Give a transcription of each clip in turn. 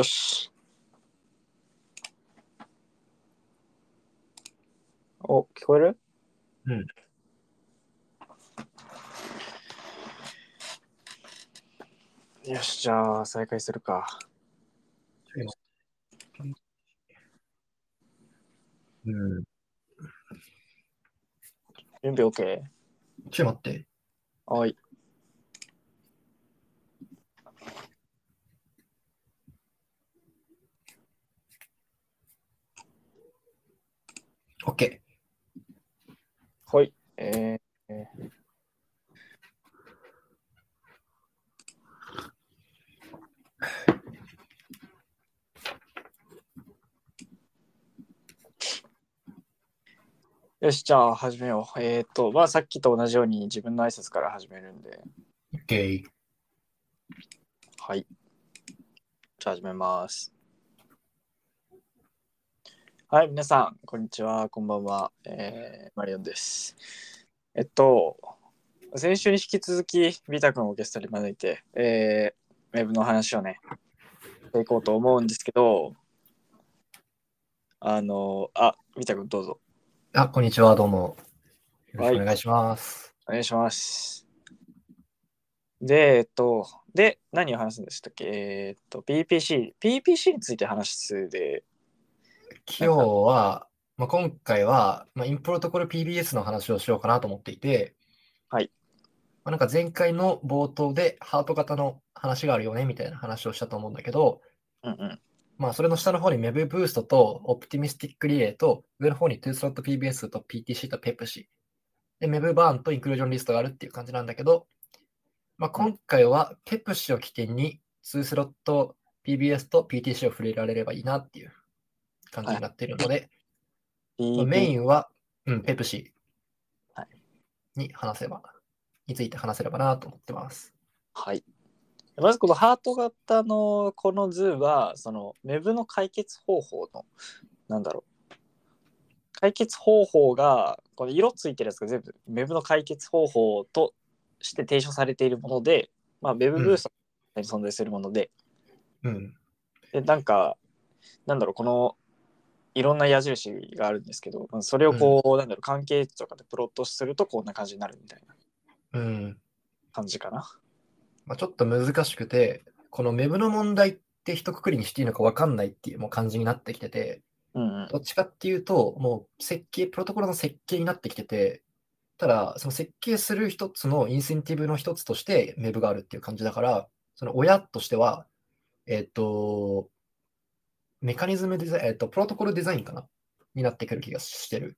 よし。お、聞こえる？ うん。 よし、じゃあ再開するか。 うん。 準備 OK？ ちょっと待って。 はい。 OK。 はい。よし、じゃあ始めよう。まあさっきと同じように自分の挨拶から始めるんで。 OK。 はい。じゃあ始めます。はい、皆さん、こんにちは、こんばんは。マリオンです。先週に引き続き、ビタ君をゲストに招いて、ウェブの話をね、していこうと思うんですけど、ビタ君どうぞ。 あ、こんにちは。どうも。よろしはい、 くお願いします。 お願いします。で、何を話すんでしたっけ？PPC。PPC について話すで、 今日なんか、 は、今回は、インプロトコル PBS の話をしようかなと思っていて、 はい。 なんか前回の冒頭でハート型の話があるよねみたいな話をしたと思うんだけど、 うんうん。 それの下の方に Web ブーストと Optimistic Relay と、上の方に 2slot PBS と PTC と PEPC。で、Web バーンとインクルージョンリストがあるっていう感じなんだけど、 うん、 今回は PEPC を起点に2スロット PBS と PTC を触れられればいいなっていう感はい。 じになっているので、メ PP、 インは、PEPC はい。 について話せればなと思ってます。 はい。まずこのハート型のこの図は、Web の解決方法の、なんだろう。解決方法が、この色ついてるやつが全部 Web の解決方法として提唱されているもので、Web うん、 ブーストに存在するもので、 うん、 で、このいろんな矢印があるんですけど、それをうん、 こう、関係値とかでプロットするとこんな感じになるみたいなうん。 感じかな。 ちょっと難しくて、この Web の問題って一括りにしていいのか分かんないっていうもう感じになってきてて、 うんうん。 どっちかっていうと、もうプロトコルの設計になってきてて、ただ、その設計する一つのインセンティブの一つとして Web があるっていう感じだから、その親としては、えっと、メカニズムデザイン、プロトコルデザインかなになってくる気がしてる。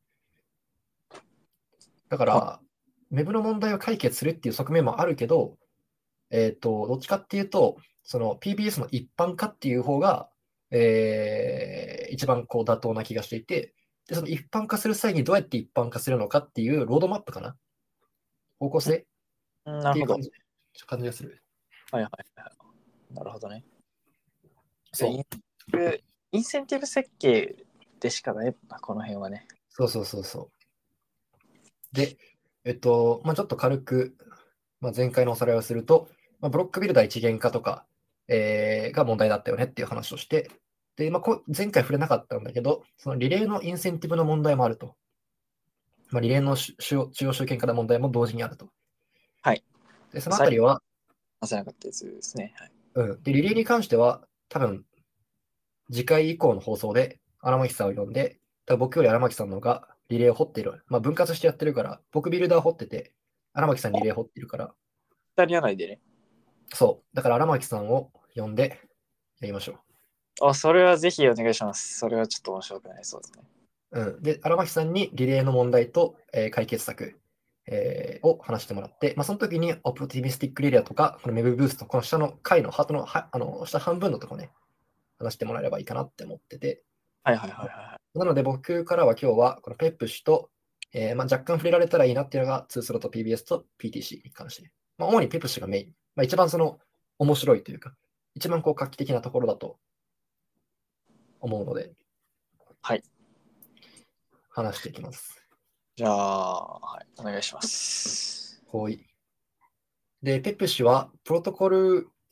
だかはら、Web の問題を解決するっていう側面もあるけど、どっちかっていうと、その PBS の一般化っていう方が、一番こう妥当な気がしていて、で、その一般化する際にどうやって一般化するのかっていうロードマップかな方向性っうん、なるほど。 ていう感じがする。 はいはいはい。なるほどね。じゃあそう。 インセンティブ設計でしかないもんな、この辺はね。 そうそうそうそう。で、ちょっと軽く、前回のおさらいをすると、ブロックビルダー一元化とか、が問題だったよねっていう話をして、で、前回触れなかったんだけど、そのリレーのインセンティブの問題もあると。リレーの中央集権化の問題も同時にあると。 はい。 で、そのあ最後たりは、 話せなかったやつですね。はい。 で、リレーに関しては、多分、次回以降の放送で荒牧さんを呼んで、多分僕より荒牧さんの方がリレーを掘っている。分割してやってるから、僕ビルダー掘ってて、荒牧さんリレー掘ってるから、 イタリア内でね。 そう。だから荒牧さんを呼んでやりましょあ、それはぜひお願いします。それはちょっと面白くなりそうですね。 う。で、荒牧さんにリレーの問題と、解決策、を話してもらって、その時にオプティミスティックリレーとか、このメブブースト、この下の回のハートの下半分のとこね、話してもらえればいいかなって思ってて、 はいはいはいはい。 なので僕からは今日はこのペップ氏と、若干触れられたらいいなっていうのが2スロット PBS と PTC に関して。主にペップ氏がメイン。一番その面白いというか、一番こう画期的なところだと思うので、 はい。 話していきます。 じゃあ、はい、お願いします。 ほい。で、ペップ氏はプロトコル、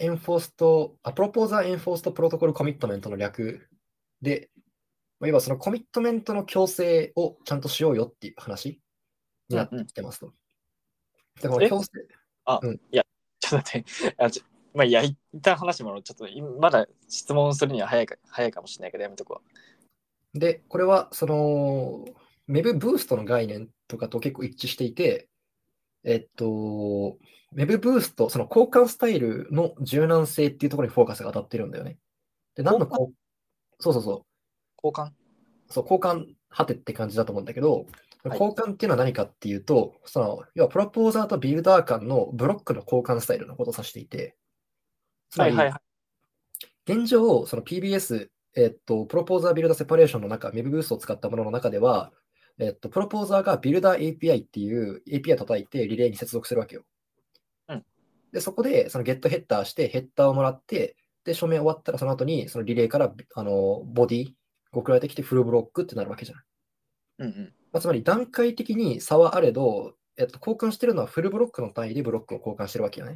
エンフォースト、プロポーザーエンフォーストプロトコルコミットメントの略で、要はそのコミットメントの強制をちゃんとしようよっていう話になってきてますと。でこの強制、 いや、ちょっと待って、まあ、いや、一旦話もちょっと、まだ質問するには早いかもしれないけど、やめとこう。で、これは、その、Web ブーストの概念とかと結構一致していて、Web ブースト、その交換スタイルの柔軟性っていうところにフォーカスが当たってるんだよね。で、何のそうそうそ交換。 う、交換果てって感じだと思うんだけど、 はい交換っていうのは何かっていうと、要はプロポーザーとビルダー間のブロックの交換スタイルのことを指していて、つまり、現状、その PBS、プロポーザービルダーセパレーションの中、Web ブーストを使ったものの中では、プロポーザーがビルダー API っていう API を叩いてリレーに接続するわけよ。で、そこでそのゲットヘッダーしてヘッダーをもらって、で、署名終わったらその後にそのリレーからボディが送られてきてフルブロックってなるわけじゃない。つまり段階的に差はあれど、交換してるのはフルブロックの単位でブロックを交換してるわけよね。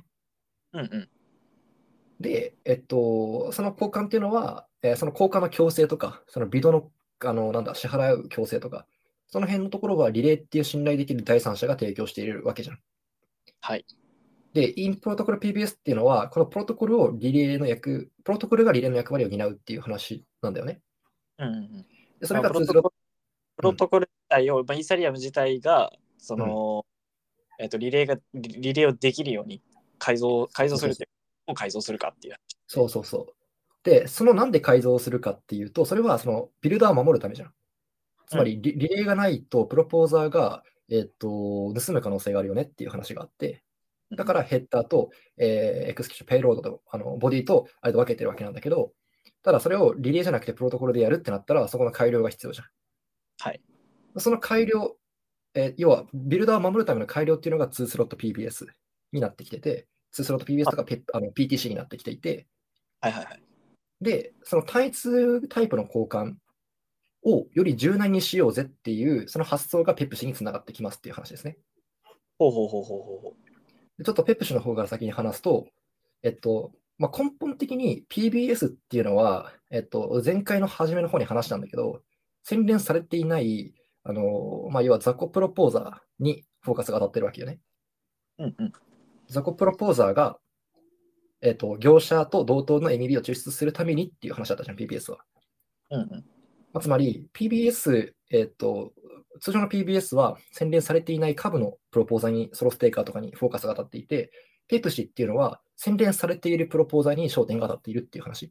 で、その交換っていうのは、その交換の強制とか、そのビドの、支払う強制とか、その辺のところはリレーっていう信頼できる第三者が提供しているわけじゃん。 はい。 で、インプロトコル PBS っていうのは、このプロトコルをプロトコルがリレーの役割を担うっていう話なんだよね。でそれが通常プロトコル自体を、イーサリアム自体が、その、リレーをできるように改造するっていう、改造するかっていう。 そうそうそう。で、なんで改造するかっていうと、それはそのビルダーを守るためじゃん。つまりリレーがないと、プロポーザーが、盗む可能性があるよねっていう話があって、だからヘッダーと、エクスキューション、ペイロードとボディとあれと分けてるわけなんだけど、ただそれをリレーじゃなくてプロトコルでやるってなったら、そこの改良が必要じゃん。 はい。 その改良、要はビルダーを守るための改良っていうのが2スロット PBS になってきてて、2スロット PBS とかPTC になってきていて、で、その単一タイプの交換をより柔軟にしようぜっていう、その発想がペプシにつながってきますっていう話ですね。ちょっとペプシの方から先に話すと、根本的に PBS っていうのは、前回の初めの方に話したんだけど、洗練されていない、要は雑魚プロポーザーにフォーカスが当たってるわけよね。雑魚プロポーザーが、業者と同等の MEB を抽出するためにっていう話だったじゃん、PBS は。つまり、PBS、通常の PBS は洗練されていない株のプロポーザーに、ソロステーカーとかにフォーカスが当たっていて、ペプシっていうのは洗練されているプロポーザーに焦点が当たっているっていう話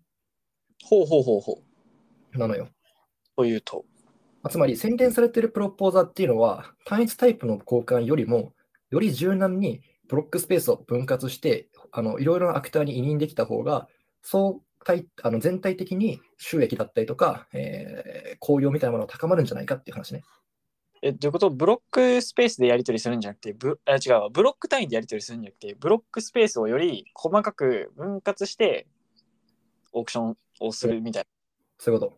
なのよ。 というと。 つまり、洗練されているプロポーザーっていうのは、単一タイプの交換よりも、より柔軟にブロックスペースを分割して、いろいろなアクターに委任できた方が、全体的に収益だったりとか、効用みたいなものが高まるんじゃないかっていう話ね。 どういうこと？ブロックスペースでやり取りするんじゃなくて、違うわ、ブロック単位でやり取りするんじゃなくて、ブロックスペースをより細かく分割してオークションをするみたいな。 そういうこと。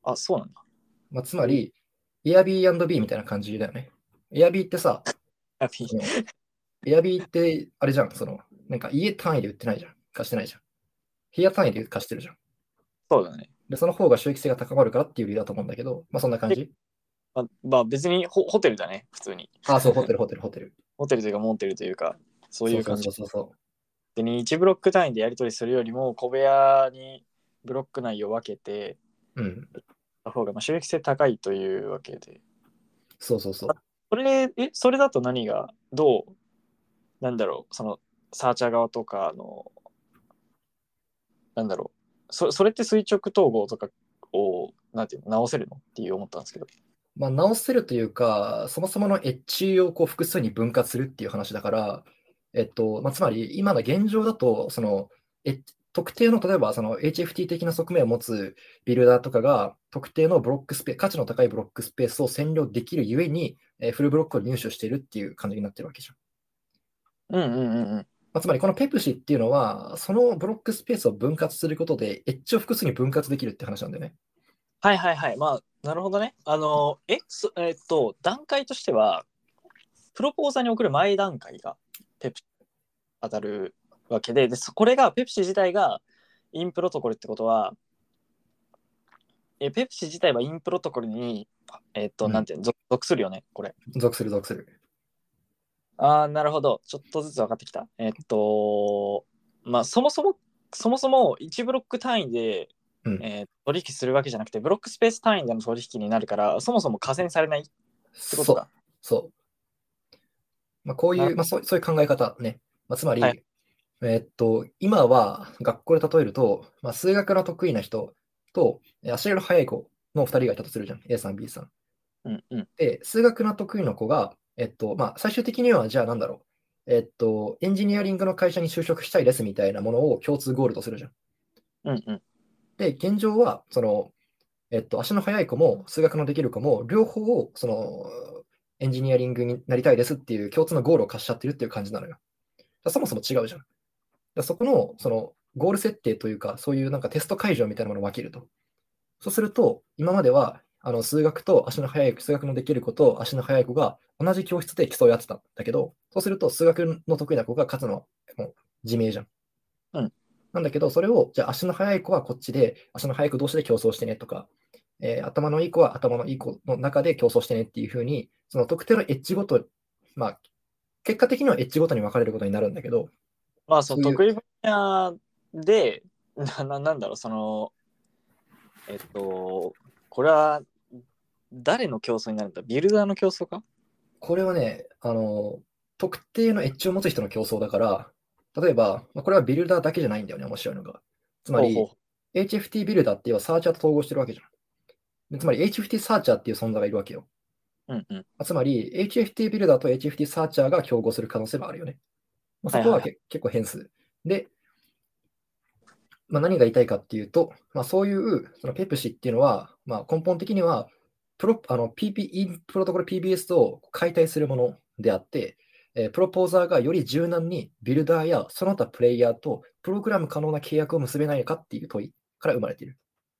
あ、そうなんだ。 つまり、Airbnb みたいな感じだよね。Airb ってさ、Airb ってあれじゃん、なんか家単位で売ってないじゃん。貸してないじゃん。部屋単位で貸してるじゃん。 そうだね。 で、その方が収益性が高まるからっていう理由だと思うんだけど、そんな感じ。 別にホテルだね、普通に。 そう、ホテル。ホテルというか、モテルというか、そういう感じ。 そう。 で、1ブロック単位でやり取りするよりも、小部屋にブロック内を分けて、た方が収益性高いというわけで。 そう。 それだと何が、なんだろう、その、サーチャー側とかなんだろう、それって垂直統合とかを、なんていうの、直せるのって思ったんですけど。 直せるというか、そもそものエッジを複数に分割するっていう話だから、つまり今の現状だと、特定の、例えばHFT 的な側面を持つビルダーとかが、特定の価値の高いブロックスペースを占領できるゆえに、フルブロックを入手しているっていう感じになってるわけじゃん。つまりこのペプシっていうのは、そのブロックスペースを分割することで、エッジを複数に分割できるって話なんだよね。 なるほどね。段階としては、プロポーザーに送る前段階がペプシ当たるわけで、これがペプシ自体がインプロトコルってことは、ペプシ自体はインプロトコルに、なんていうの、属するよね、これ。 属する属する。 なるほど。ちょっとずつ分かってきた。まあ、そもそも1ブロック単位で、取引するわけじゃなくて、ブロックスペース単位での取引になるから、そもそも加算されないってことか。 そう。まあ、こういう、そういう考え方ね。つまり、はい、今は学校で例えると、数学の得意な人と足の速い子の2人がいたとするじゃん。A さん、B さん。で、数学の得意な子が、最終的には、じゃあなんだろう。エンジニアリングの会社に就職したいですみたいなものを共通ゴールとするじゃん。で、現状は、足の速い子も数学のできる子も、両方を、エンジニアリングになりたいですっていう共通のゴールを課しちゃってるっていう感じなのよ。そもそも違うじゃん。そこの、ゴール設定というか、そういうなんかテスト会場みたいなものを分けると。そうすると、今までは、数学のできる子と足の速い子が同じ教室で競い合ってたんだけど、そうすると数学の得意な子が勝つのはもう自明じゃん。なんだけど、それを、じゃあ足の速い子はこっちで、足の速い子同士で競争してねとか、頭のいい子は頭のいい子の中で競争してねっていうふうに、その特定のエッジごと、結果的にはエッジごとに分かれることになるんだけど、 その得意分野で、なんだろう、これは誰の競争になるんだ？ビルダーの競争か？ これはね、特定のエッジを持つ人の競争だから、例えば、これはビルダーだけじゃないんだよね、面白いのが。つまり、HFT ビルダーっていうのはサーチャーと統合してるわけじゃん。でつまり HFT サーチャーっていう存在がいるわけよ。つまり HFT ビルダーと HFT サーチャーが競合する可能性もあるよね。そこは結構変数。で、何が言いたいかっていうと、そういうそのペプシっていうのは、根本的にはプロトコル PBS と解体するものであって、プロポーザーがより柔軟にビルダーやその他プレイヤーとプログラム可能な契約を結べないかっていう問いから生まれている。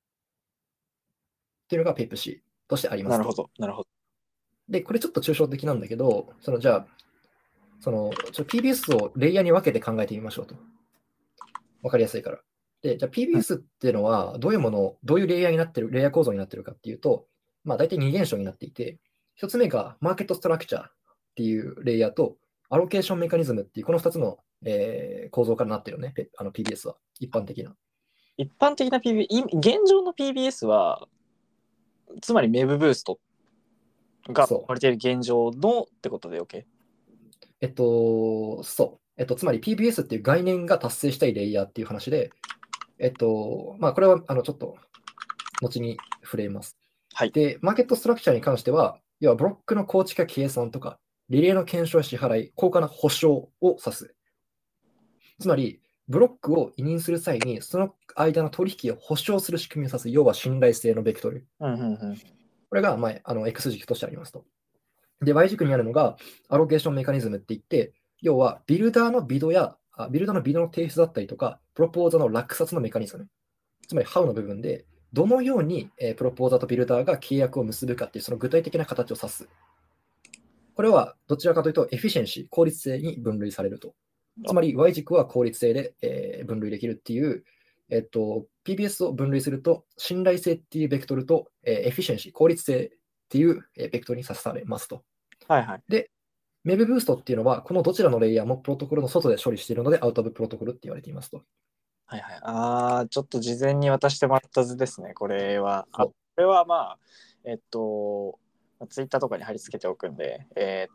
っていうのがペプシとしてあります。 なるほど、なるほど。 で、これちょっと抽象的なんだけど、じゃあ、PBS をレイヤーに分けて考えてみましょうと。わかりやすいから。で、じゃあ PBS っていうのはどういうレイヤーになってる、レイヤー構造になってるかっていうと、大体2現象になっていて、1つ目がマーケットストラクチャーっていうレイヤーと、アロケーションメカニズムっていうこの2つの、構造からなってるよね、PBS は。一般的な。 一般的な PBS、現状の PBS は、つまり Web ブーストが生まれている現状のってことで OK？ そう。つまり PBS っていう概念が達成したいレイヤーっていう話で、これはちょっと後に触れます。 はい。 で、マーケットストラクチャーに関しては、要はブロックの構築や計算とか、リレーの検証や支払い、高価な保証を指す。つまり、ブロックを委任する際に、その間の取引を保証する仕組みを指す、要は信頼性のベクトル。これが、X 軸としてありますと。で、Y 軸にあるのが、アロケーションメカニズムって言って、要は、ビルダーのビドの提出だったりとか、プロポーザーの落札のメカニズム。つまり、How の部分で、どのように、プロポーザーとビルダーが契約を結ぶかっていう、その具体的な形を指す。これは、どちらかというと、エフィシェンシー、効率性に分類されると。つまり、Y 軸は効率性で、分類できるっていう、PBS を分類すると、信頼性っていうベクトルと、エフィシェンシー、効率性っていう、ベクトルに指されますと。で、Web ブーストっていうのは、このどちらのレイヤーもプロトコルの外で処理しているので、アウトオブプロトコルって言われていますと。 ちょっと事前に渡してもらった図ですね、これは。これはツイッターとかに貼り付けておくんで、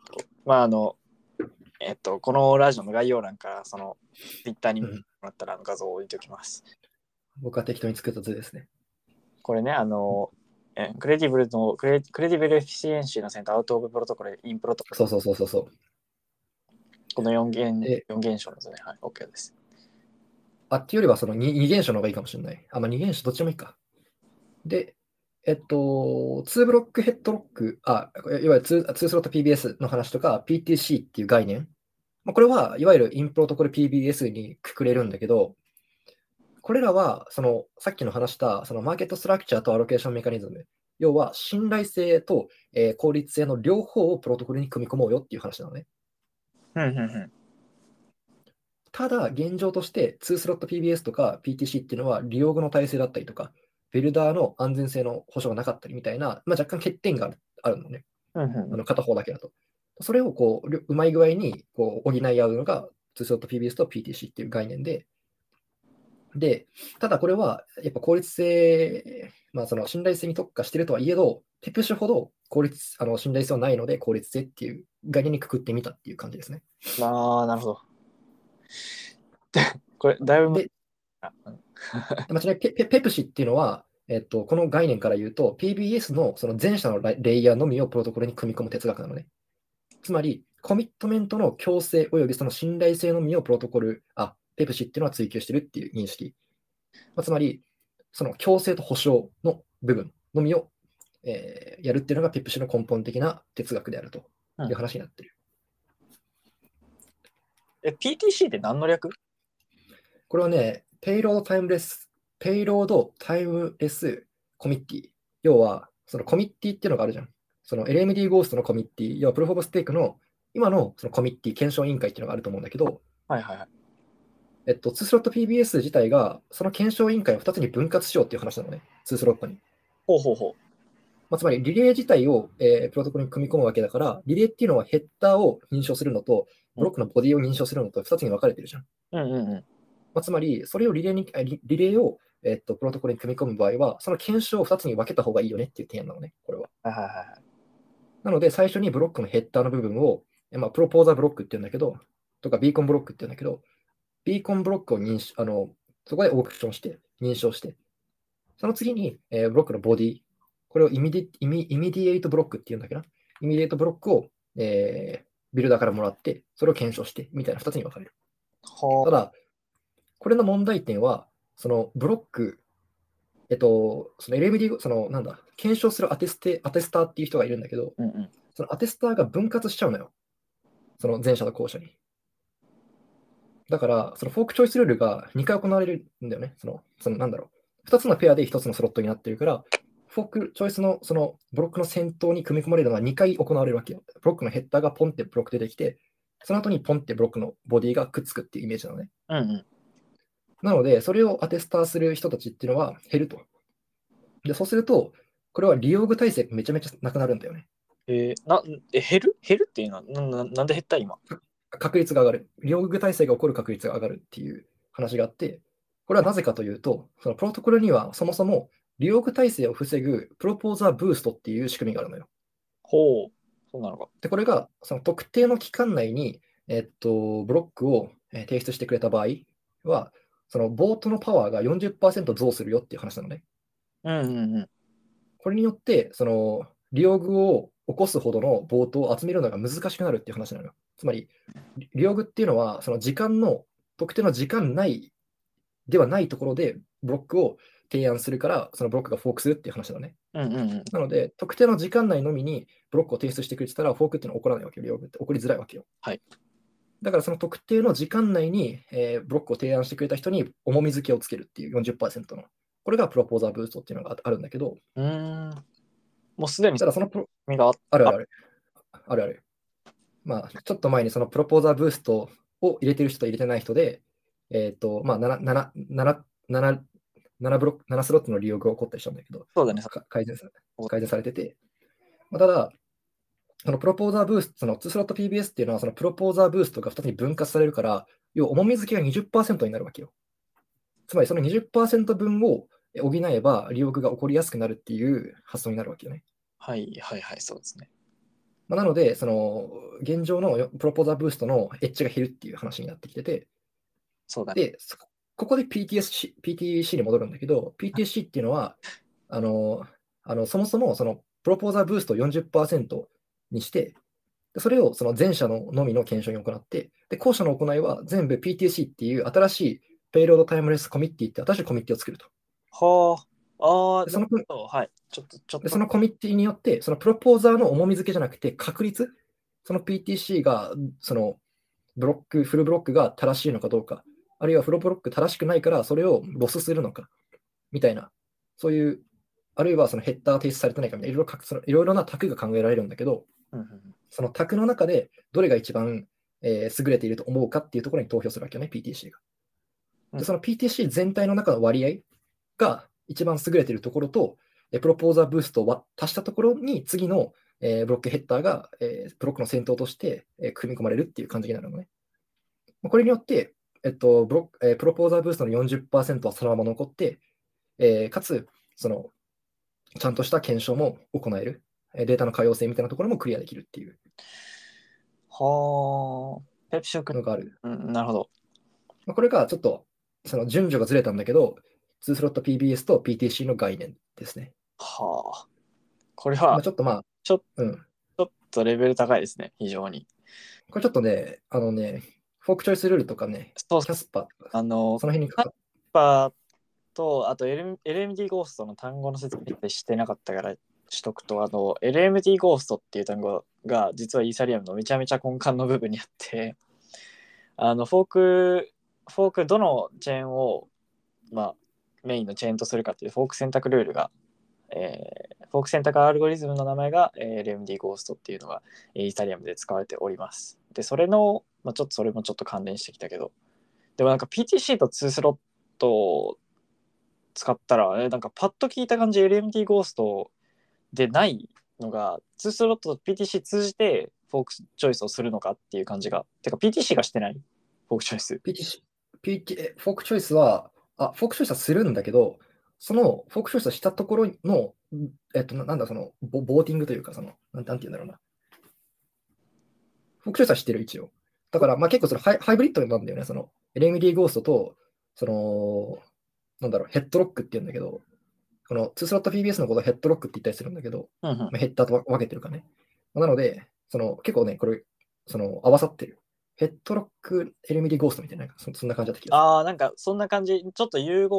このラジオの概要欄からツイッターにもらったら画像を置いておきます。 僕は適当に作った図ですね。 これね、クレディブルエフィシエンシーのセンター、アウトオブプロトコル、インプロトコル。 そう。 この4現象の図ね。はい、OK です。 っていうよりはその 2現象の方がいいかもしれない。2現象どっちもいいか。で、2ブロックヘッドロック、いわゆる 2スロット PBS の話とか PTC っていう概念。これはいわゆるインプロトコル PBS にくくれるんだけど、これらはさっきの話したそのマーケットストラクチャーとアロケーションメカニズム、要は信頼性と、効率性の両方をプロトコルに組み込もうよっていう話なのね。 ただ、現状として2スロット PBS とか PTC っていうのは利用後の体制だったりとか、ビルダーの安全性の保証がなかったりみたいな、まあ、若干欠点があるのね。片方だけだと。それをこううまい具合にこう補い合うのが2スロット PBS と PTC っていう概念で、ただこれはやっぱ効率性、まあ、その信頼性に特化しているとはいえど、ペプシほど信頼性はないので効率性っていう概念にくくってみたっていう感じですね。 ああ、なるほど。これ、だいぶ。 で、ちなみにペプシっていうのは、この概念から言うと、PBS のその前者のレイヤーのみをプロトコルに組み込む哲学なのね。つまり、コミットメントの強制及びその信頼性のみをプロトコル、ペプシっていうのは追求してるっていう認識。つまり、その強制と保証の部分のみを、やるっていうのがペプシの根本的な哲学であるという話になっている。 PTC って何の略？ これはね、ペイロードタイムレスコミッティ。要は、そのコミッティっていうのがあるじゃん。その LMD ゴーストのコミッティ、要はプルフォブステークの今のそのコミッティ検証委員会っていうのがあると思うんだけど、 はいはいはい。 2スロット PBS 自体がその検証委員会を2つに分割しようっていう話なのね、2スロットに。 ほうほうほう。 つまりリレー自体を、プロトコルに組み込むわけだから、リレーっていうのはヘッダーを認証するのと、ブロックのボディを認証するのと2つに分かれてるじゃん。つまり、それをリレーを、プロトコルに組み込む場合は、その検証を2つに分けた方がいいよねっていう提案なのね、これは。 はいはいはい。 なので、最初にブロックのヘッダーの部分を、プロポーザーブロックって言うんだけど、とかビーコンブロックって言うんだけど、ビーコンブロックをそこでオークションして、認証して、その次に、ブロックのボディ、これをイミディエイトブロックって言うんだけど、イミディエイトブロックを、ビルダーからもらって、それを検証して、みたいな2つに分かれる。ただ、これの問題点は、そのブロック、その LMD、検証するアテスターっていう人がいるんだけど、そのアテスターが分割しちゃうのよ。その前者と後者に。だから、そのフォークチョイスルールが2回行われるんだよね。2つのペアで1つのスロットになってるから、フォークチョイスのそのブロックの先頭に組み込まれるのは2回行われるわけよ。ブロックのヘッダーがポンってブロック出てきて、その後にポンってブロックのボディがくっつくっていうイメージなのね。なので、それをアテスターする人たちっていうのは減ると。で、そうすると、これは利用具体性がめちゃめちゃなくなるんだよね。 減るっていうのはなんで減った今？ 確率が上がる。利用具体性が起こる確率が上がるっていう話があって、これはなぜかというと、そのプロトコルにはそもそも利用具体性を防ぐプロポーザーブーストっていう仕組みがあるのよ。 ほう、そうなのか。 で、これがその特定の期間内に、ブロックを提出してくれた場合は、そのボートのパワーが40%増するよっていう話なのね。これによって、その利用具を起こすほどのボートを集めるのが難しくなるっていう話なのよ。つまり、利用具っていうのは、その特定の時間内ではないところでブロックを提案するから、そのブロックがフォークするっていう話だね。なので、特定の時間内のみにブロックを提出してくれてたら、フォークっていうのは起こらないわけよ。利用具って起こりづらいわけよ。 はい。 だからその特定の時間内に、ブロックを提案してくれた人に重み付けをつけるっていう40%の。これがプロポーザーブーストっていうのがあるんだけど、 もうすでにただそのがあるある。あるある。ちょっと前にそのプロポーザーブーストを入れてる人と入れてない人で、7スロットの利用が起こったりしたんだけど、 そうだね。 改善されてて、ただ、そのプロポーザーブースト、その2スロット PBS っていうのは、そのプロポーザーブーストが2つに分割されるから、要は重み付けが 20% になるわけよ。つまりその 20% 分を補えば利用が起こりやすくなるっていう発想になるわけよね。 はいはいはい、そうですね。 なので、その現状のプロポーザーブーストのエッジが減るっていう話になってきてて、 そうだね。 で、ここで PTC に戻るんだけど、PTC っていうのは、そもそもそのプロポーザーブーストを 40% にして、それをその前者のみの検証に行って、で後者の行いは全部 PTC っていう新しいペイロードタイムレスコミッティって新しいコミッティを作ると。 はあ、 でそのはい。ちょっと。 そのコミッティによって、そのプロポーザーの重み付けじゃなくて確率、その PTC がそのフルブロックが正しいのかどうか、あるいはフルブロック正しくないからそれをロスするのか、みたいな、そういう、あるいはそのヘッダーが提出されてないかみたいな、いろいろな卓が考えられるんだけど、その卓の中でどれが一番優れていると思うかっていうところに投票するわけよね、PTC が。 うんで、その PTC 全体の中の割合が一番優れているところと、プロポーザーブーストを足したところに次のブロックヘッダーがブロックの先頭として組み込まれるっていう感じになるのね。これによって、プロポーザーブーストの 40% はそのまま残って、かつ、ちゃんとした検証も行える。データの可用性みたいなところもクリアできるっていうはあ。ペプションのがある。 なるほど。 これがちょっとその順序がずれたんだけど、2スロット PBS と PTC の概念ですね。 はあ。これは、 ちょっとちょうん。 ちょっとレベル高いですね、非常に。 これちょっとね、フォークチョイスルールとかね、 そうキャスパーとか、 そその辺にかかっパーと、あと LMD ゴーストの単語の説明ってしてなかったからしとくと、LMD ゴーストっていう単語が実はイーサリアムのめちゃめちゃ根幹の部分にあって、フォークどのチェーンを、まあ、メインのチェーンとするかっていうフォーク選択ルールが、フォーク選択アルゴリズムの名前が、LMD ゴーストっていうのがイーサリアムで使われております。で、それの、ちょっとそれもちょっと関連してきたけど、でもなんか PTC と2スロットを使ったら、なんかパッと聞いた感じ LMD ゴーストでないのが、2スロットと PTC 通じてフォークチョイスをするのかっていう感じが。てか PTC がしてないフォークチョイス。 フォークチョイスは、フォークチョイスはするんだけど、そのフォークチョイスをしたところの、ボーティングというか、なんて言うんだろうな。フォークチョイスは知ってる、一応。だから、結構ハイブリッドなんだよね。LMD ゴーストと、ヘッドロックって言うんだけど、この2スロット PBS のことをヘッドロックって言ったりするんだけど、 うんうん、 ヘッダーと分けてるからね。なので、結構ね、これ、合わさってる。ヘッドロック、LMD ゴーストみたいな、そんな感じだった気がする。 なんかそんな感じ、ちょっと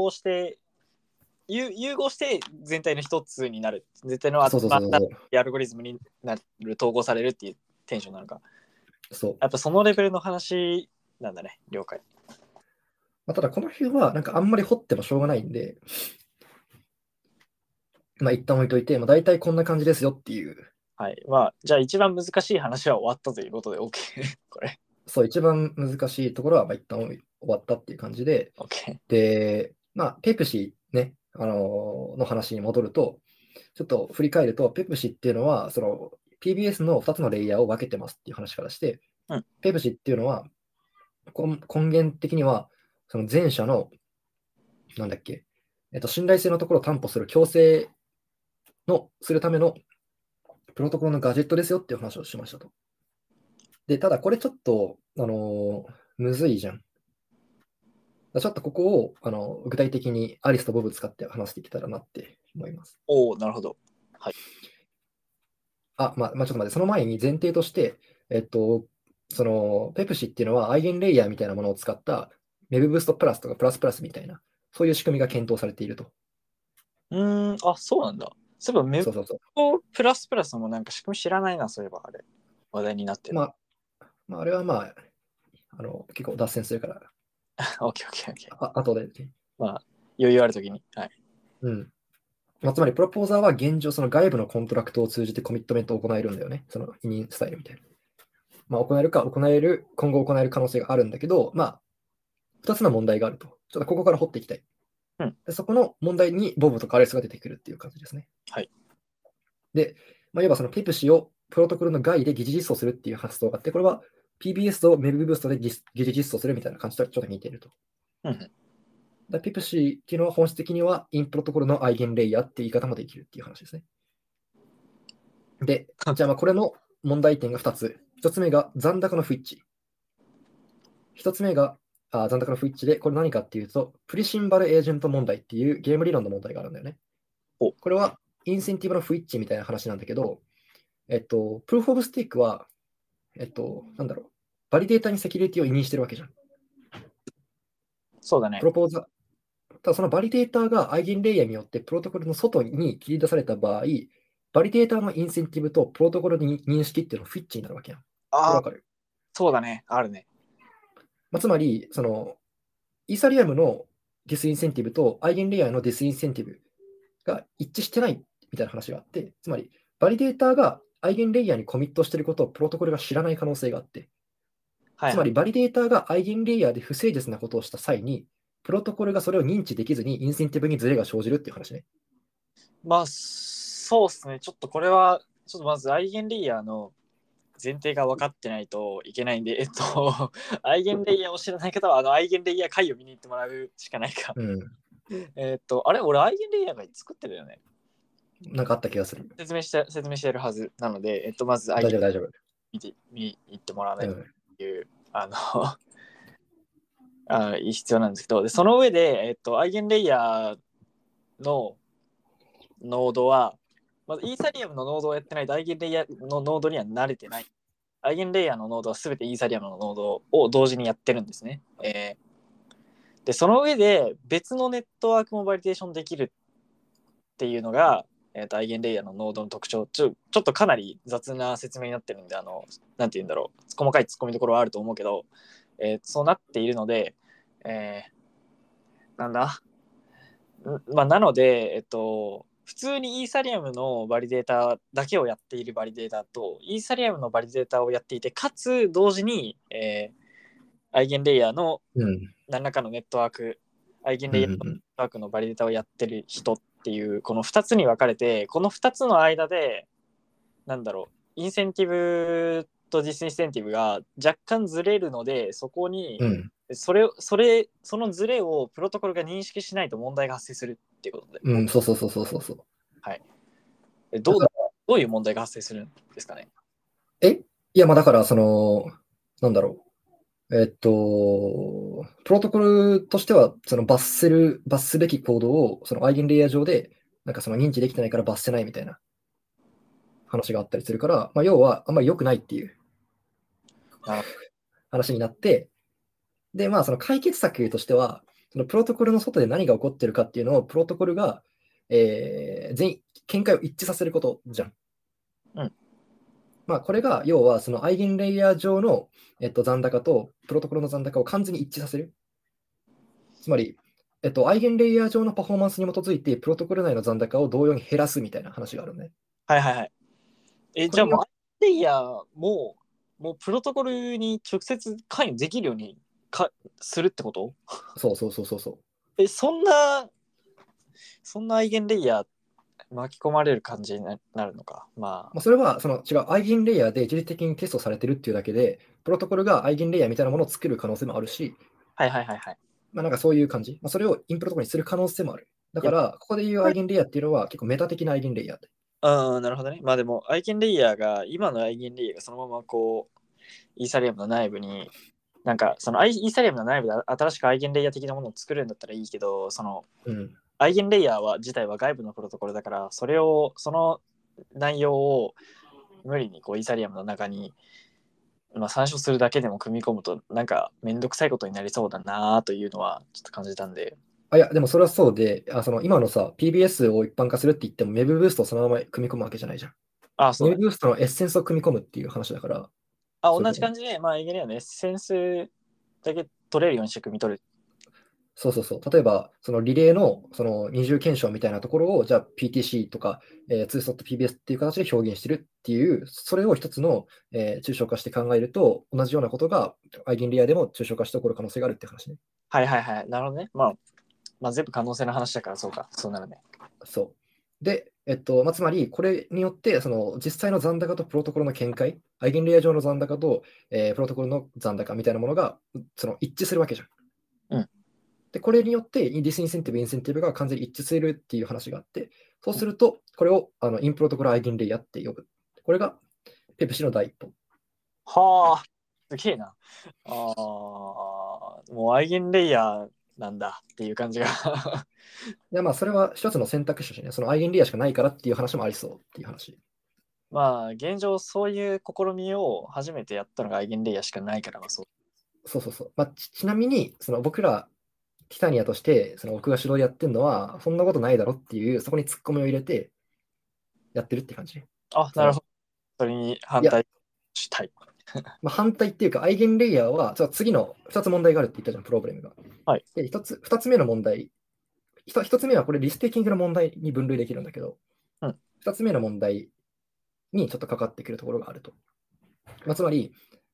融合して全体の一つになる。全体のそうそうそうそう。 アルゴリズムになる、統合されるっていうテンションなのか。 そう。 やっぱそのレベルの話なんだね、了解。 ただ、この辺は、あんまり掘ってもしょうがないんで、一旦置いといて、大体こんな感じですよっていう。 はい。じゃあ一番難しい話は終わったということで OK これ。 そう、一番難しいところは、一旦終わったっていう感じで、 OK。 で、ペプシね、の話に戻ると、ちょっと振り返ると、ペプシっていうのは、PBS の2つのレイヤーを分けてますっていう話からして、 うん、 ペプシっていうのは、根源的には、その前者の、なんだっけ、信頼性のところを担保する強制するためのプロトコルのガジェットですよっていう話をしましたと。で、ただこれちょっと、むずいじゃん。ちょっとここを具体的にアリスとボブ使って話していけたらなって思います。 おお、なるほど。はい。 ちょっと待って、その前に前提として、ペプシっていうのはアイゲンレイヤーみたいなものを使った Web ブーストプラスとかプラスプラスみたいな、そういう仕組みが検討されていると。 そうなんだ。そういえば、メそうそうそう。 モプラスプラスもなんか仕組み知らないな、そういえばあれ。話題になってる。 あれは結構脱線するから、 オッケーオッケーオッケー。 後で。 余裕あるときに。はい。 うん。つまり、プロポーザーは現状、その外部のコントラクトを通じてコミットメントを行えるんだよね。その委任スタイルみたいな。行えるか、今後行える可能性があるんだけど、2つの問題があると。ちょっとここから掘っていきたい。 うん、 でそこの問題にボブとカレスが出てくるっていう感じですね。 はい。 で、いわばそのペプシをプロトコルの外で疑似実装するっていう発想があって、これは PBS と Web ブーストで疑似実装するみたいな感じとちょっと似ていると。ペプシっていうのは本質的にはインプロトコルのアイゲンレイヤーっていう言い方もできるっていう話ですね。で、じゃあこれの問題点が2つ。1つ目が残高の不一致。1つ目が残高の不一致で、これ何かっていうと、プリシンバルエージェント問題っていうゲーム理論の問題があるんだよね。これはインセンティブの不一致みたいな話なんだけど、プルーフオブステークは、バリデータにセキュリティを委任してるわけじゃん。 そうだね。 プロポーザー。ただそのバリデータがアイゲンレイヤーによってプロトコルの外に切り出された場合、バリデータのインセンティブとプロトコルの認識っていうのがフィッチになるわけやん。これわかる？ そうだね。あるね。 つまり、イーサリアムのディスインセンティブとアイゲンレイヤーのディスインセンティブが一致してないみたいな話があって、つまり、バリデータがアイゲンレイヤーにコミットしていることをプロトコルが知らない可能性があって、 はいはい。 つまり、バリデーターがアイゲンレイヤーで不誠実なことをした際に、プロトコルがそれを認知できずに、インセンティブにズレが生じるっていう話ね。 まあ、そうですね。ちょっとこれは、ちょっとまずアイゲンレイヤーの前提が分かってないといけないんで、アイゲンレイヤーを知らない方は、アイゲンレイヤー回を見に行ってもらうしかないか。 うん。 あれ、俺、アイゲンレイヤーが作ってるよね。 なんかあった気がする。 説明してやるはずなので、まずアイゲン大丈夫、大丈夫。 見に行ってもらわないとうん。 いう、必要なんですけど、でその上で、アイゲンレイヤーのノードは、まずイーサリアムのノードをやってないとアイゲンレイヤーのノードには慣れてない。アイゲンレイヤーのノードは全てイーサリアムのノードを同時にやってるんですね。で、その上で別のネットワークもバリデーションできるっていうのが、アイゲンレイヤーのノードの特徴。ちょっとかなり雑な説明になってるんで、なんて言うんだろう。細かい突っ込みどころはあると思うけど、そうなっているので、なんだまあ、なので、普通にイーサリアムのバリデータだけをやっているバリデータと、イーサリアムのバリデータをやっていて、かつ同時に、アイゲンレイヤーのうん。 何らかのネットワーク、アイゲンうん。 レイヤーのネットワークのバリデータをやってる人っていう、この2つに分かれて、この2つの間で、なんだろう、インセンティブとディスインセンティブが若干ずれるので、そこに、 うん。 そのズレをプロトコルが認識しないと問題が発生するっていうことで。 うん。そうそうそうそうそうそう。 はい。 だからどういう問題が発生するんですかね。 いや、まあだから、なんだろう。プロトコルとしては、罰すべきコードを、そのアイゲンレイヤー上で、なんかその認知できてないから罰せないみたいな話があったりするから、まあ、要はあんまり良くないっていうな話になって、で、まあその解決策としては、そのプロトコルの外で何が起こってるかっていうのを、プロトコルが、全員、見解を一致させることじゃん。 うん。 まあ、これが、要は、そのアイゲンレイヤー上の、残高と、プロトコルの残高を完全に一致させる。つまり、アイゲンレイヤー上のパフォーマンスに基づいて、プロトコル内の残高を同様に減らすみたいな話があるね。 はいはいはい。じゃあもう、 これによっアイレイヤーもうプロトコルに直接関与できるようにするってこと？ そうそうそうそうそう。 そんなアイゲンレイヤー巻き込まれる感じになるのか。ままあ、それは、違う、アイゲンレイヤーで一時的にテストされてるっていうだけで、プロトコルがアイゲンレイヤーみたいなものを作る可能性もあるし、 はいはいはいはい。 まあ、なんかそういう感じ。まあ、それをインプロトコルにする可能性もある。だいや、 から、ここで言うアイゲンレイヤーっていうのは結構メタ的なアイゲンレイヤーで。 なるほどね。まあでも、今のアイゲンレイヤーがそのままこう、イーサリアムの内部に、なんか、イーサリアムの内部で新しくアイゲンレイヤー的なものを作るんだったらいいけど、 うん。 アイゲンレイヤー自体は外部のプロトコルだから、その内容を無理にこうイーサリアムの中に、参照するだけでも組み込むと、なんかめんどくさいことになりそうだなというのはちょっと感じたんで。 あ、いや、でもそれはそうで、今のさ、PBS を一般化するって言っても、Web ブーストをそのまま組み込むわけじゃないじゃん。 あ、そう Web ね。 ブーストのエッセンスを組み込むっていう話だから、そういうことね。 同じ感じで、アイゲンレイヤーのエッセンスだけ取れるようにして組み取る。 そうそうそう。例えば、そのリレーのその二重検証みたいなところを、じゃあ PTC とか、2SOT PBS っていう形で表現してるっていう、それを一つの、抽象化して考えると、同じようなことがアイゲンレイヤーでも抽象化して起こる可能性があるって話ね。 はいはいはい。なるほどね。全部可能性の話だからそうか。そうなるね。 そう。で、まあ、つまり、これによって、実際の残高とプロトコルの見解、アイゲンレイヤー上の残高と、プロトコルの残高みたいなものが、一致するわけじゃん。 うん。 で、これによって、ディスインセンティブ、インセンティブが完全に一致するっていう話があって、そうすると、これをインプロトコルアイゲンレイヤーって呼ぶ。これがペプシの第一歩。 はあ、すげえな。もうアイゲンレイヤーなんだっていう感じが。 で、まあ、それは一つの選択肢としてね、そのアイゲンレイヤーしかないからっていう話もありそうっていう話。 現状そういう試みを初めてやったのがアイゲンレイヤーしかないからそう。 そうそうそう。まあ、ちなみに、僕ら、ティタニアとして、僕が主導でやってるのは、そんなことないだろっていう、そこにツッコミを入れてやってるって感じ。 あ、なるほど。それにいや、 反対したい。 まあ、反対っていうか、アイゲンレイヤーは、次の2つ問題があるって言ったじゃん、プロブレムが。 はい。 で、2つ目の問題、1つ目はこれリステーキングの問題に分類できるんだけど、 うん。 2つ目の問題にちょっとかかってくるところがあると。まあ、つまり、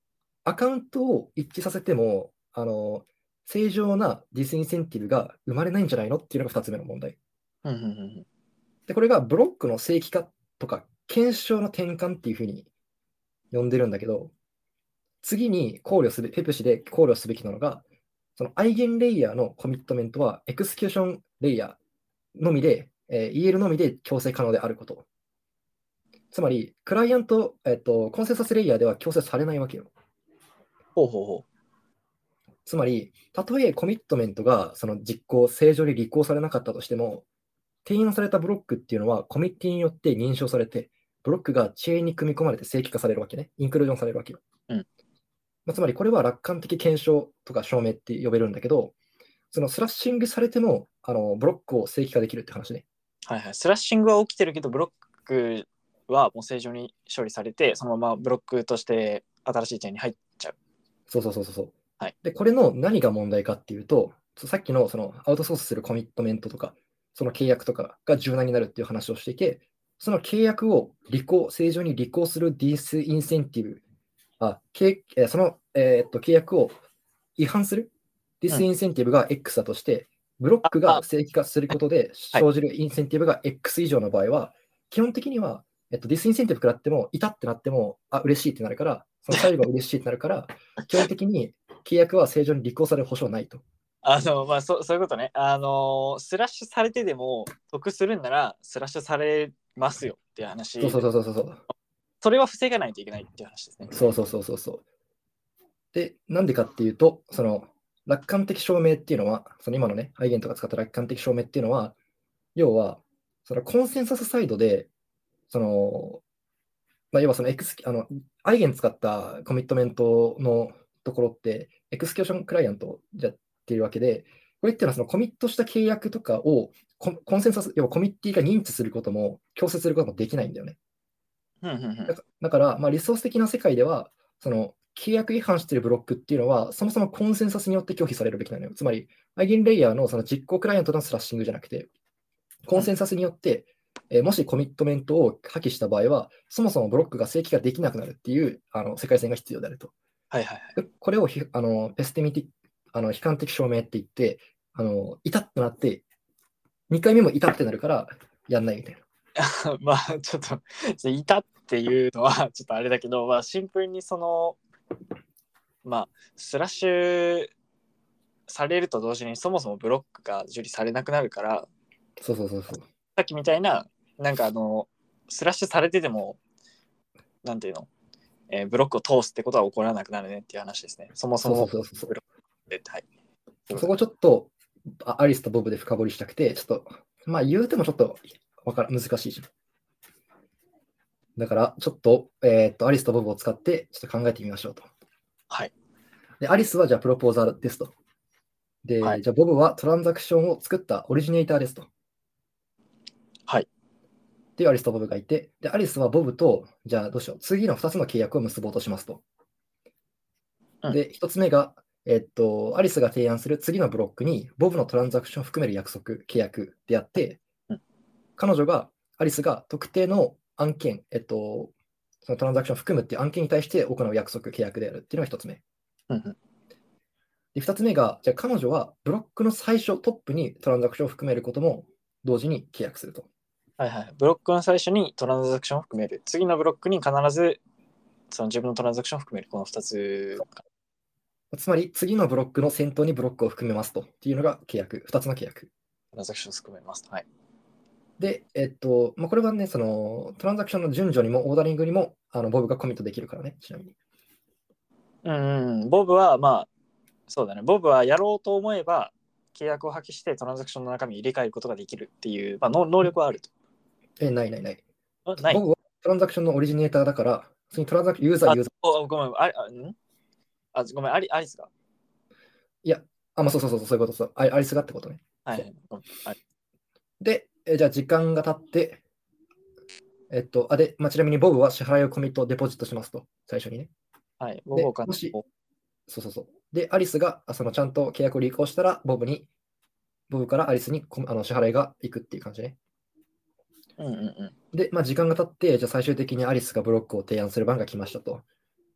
アカウントを一致させても、正常なディスインセンティブが生まれないんじゃないのっていうのが2つ目の問題。 うんうんうんで、これがブロックの正規化とか、検証の転換っていうふうに呼んでるんだけど、次にペプシで考慮すべきなのが、そのアイゲンレイヤーのコミットメントはエクスキューションレイヤーのみで、EL のみで強制可能であること。つまり、クライアント、コンセンサスレイヤーでは強制されないわけよ。 ほうほうほつまり、たとえコミットメントがその正常に履行されなかったとしても、転用されたブロックっていうのはコミッティによって認証されて、ブロックがチェーンに組み込まれて正規化されるわけね。インクルージョンされるわけよ。 うんつまり、これは楽観的検証とか証明って呼べるんだけど、そのスラッシングされてもブロックを正規化できるって話ね。 はいはい。スラッシングは起きてるけど、ブロックはもう正常に処理されて、そのままブロックとして新しいチェーンに入っちゃう。 そうそうそうそう。 はい、 で、これの何が問題かっていうと、さっきのそのアウトソースするコミットメントとか、その契約とかが柔軟になるっていう話をしていて、その契約を正常に履行するディスインセンティブ、その、契約を違反するディスインセンティブが X だとして、ブロックが正規化することで生じるインセンティブが X 以上の場合は、基本的には、ディスインセンティブ食らっても、いたってなっても、嬉しいってなるから、その最後が嬉しいってなるから、基本的に契約は正常に履行される保証はないと。 そういうことね。スラッシュされてでも得するんなら、スラッシュされますよっていう話。 そうそうそうそうそう。 それは防がないといけないっていう話ですね。 そうそうそうそうそう。で、なんでかっていうと、その楽観的証明っていうのは、その今のね、アイゲンとか使った楽観的証明っていうのは、要は、そのコンセンサスサイドで、その、要はそのアイゲン使ったコミットメントのところって、エクスキューションクライアントじゃっていうわけで、これっていうのはそのコミットした契約とかをコンセンサス、要はコミッティが認知することも強制することもできないんだよね。だから、リソース的な世界では、その契約違反しているブロックっていうのは、そもそもコンセンサスによって拒否されるべきなのよ。つまり、アイゲンレイヤーのその実行クライアントのスラッシングじゃなくて、コンセンサスによって、もしコミットメントを破棄した場合は、そもそもブロックが正規化できなくなるっていう世界線が必要であると。 はいはいはい。 これをペスティミティ悲観的証明って言って、いたってなって、2回目もいたってなるからやんないみたいな。 ちょっと、いたっていうのはちょっとあれだけど、シンプルにその、スラッシュされると同時にそもそもブロックが受理されなくなるから、 そうそうそうそう。 さっきみたいな、スラッシュされてても、なんていうの、ブロックを通すってことは起こらなくなるねっていう話ですね。そもそもブロックで、はい。 そこちょっとアリスとボブで深掘りしたくて、ちょっと、言うてもちょっと難しいじゃん。だから、ちょっと、アリスとボブを使ってちょっと考えてみましょうと。 はい。 で、アリスはじゃあプロポーザーですと。で、 はい、 じゃあボブはトランザクションを作ったオリジネーターですと。 はい。 っていうアリスとボブがいて、で、アリスはボブと、じゃあどうしよう、次の2つの契約を結ぼうとしますと。で、1つ目が、アリスが提案する次のブロックに、ボブのトランザクションを含める契約であって、彼女が、アリスが特定の案件、そのトランザクションを含むっていう案件に対して行う契約であるっていうのが1つ目。で、2つ目が、じゃあ彼女はブロックの最初、トップにトランザクションを含めることも同時に契約すると。 はいはい。ブロックの最初にトランザクションを含める。次のブロックに必ずその自分のトランザクションを含める。この2つ。 つまり、次のブロックの先頭にブロックを含めますとっていうのが2つの契約。 トランザクションを含めます。はい。 で、これはね、そのトランザクションの順序にもオーダリングにもボブがコミットできるからね、ちなみに。 ボブは、そうだね。ボブはやろうと思えば、契約を破棄してトランザクションの中身を入れ替えることができるっていう、能力はあると。 ない。 ない。 ボブはトランザクションのオリジネーターだから、そのトランザクションユーザー。 ごめん。ごめん、アリスが。 いや、そういうこと。アリスがってことね。 はい。 で、じゃあ時間が経って、ちなみにボブは支払いをコミットデポジットしますと、最初にね。 はい。 で、もし、で、アリスがちゃんと契約を履行したら、ボブからアリスに支払いがいくっていう感じね。で、時間が経って、じゃあ最終的にアリスがブロックを提案する番が来ましたと。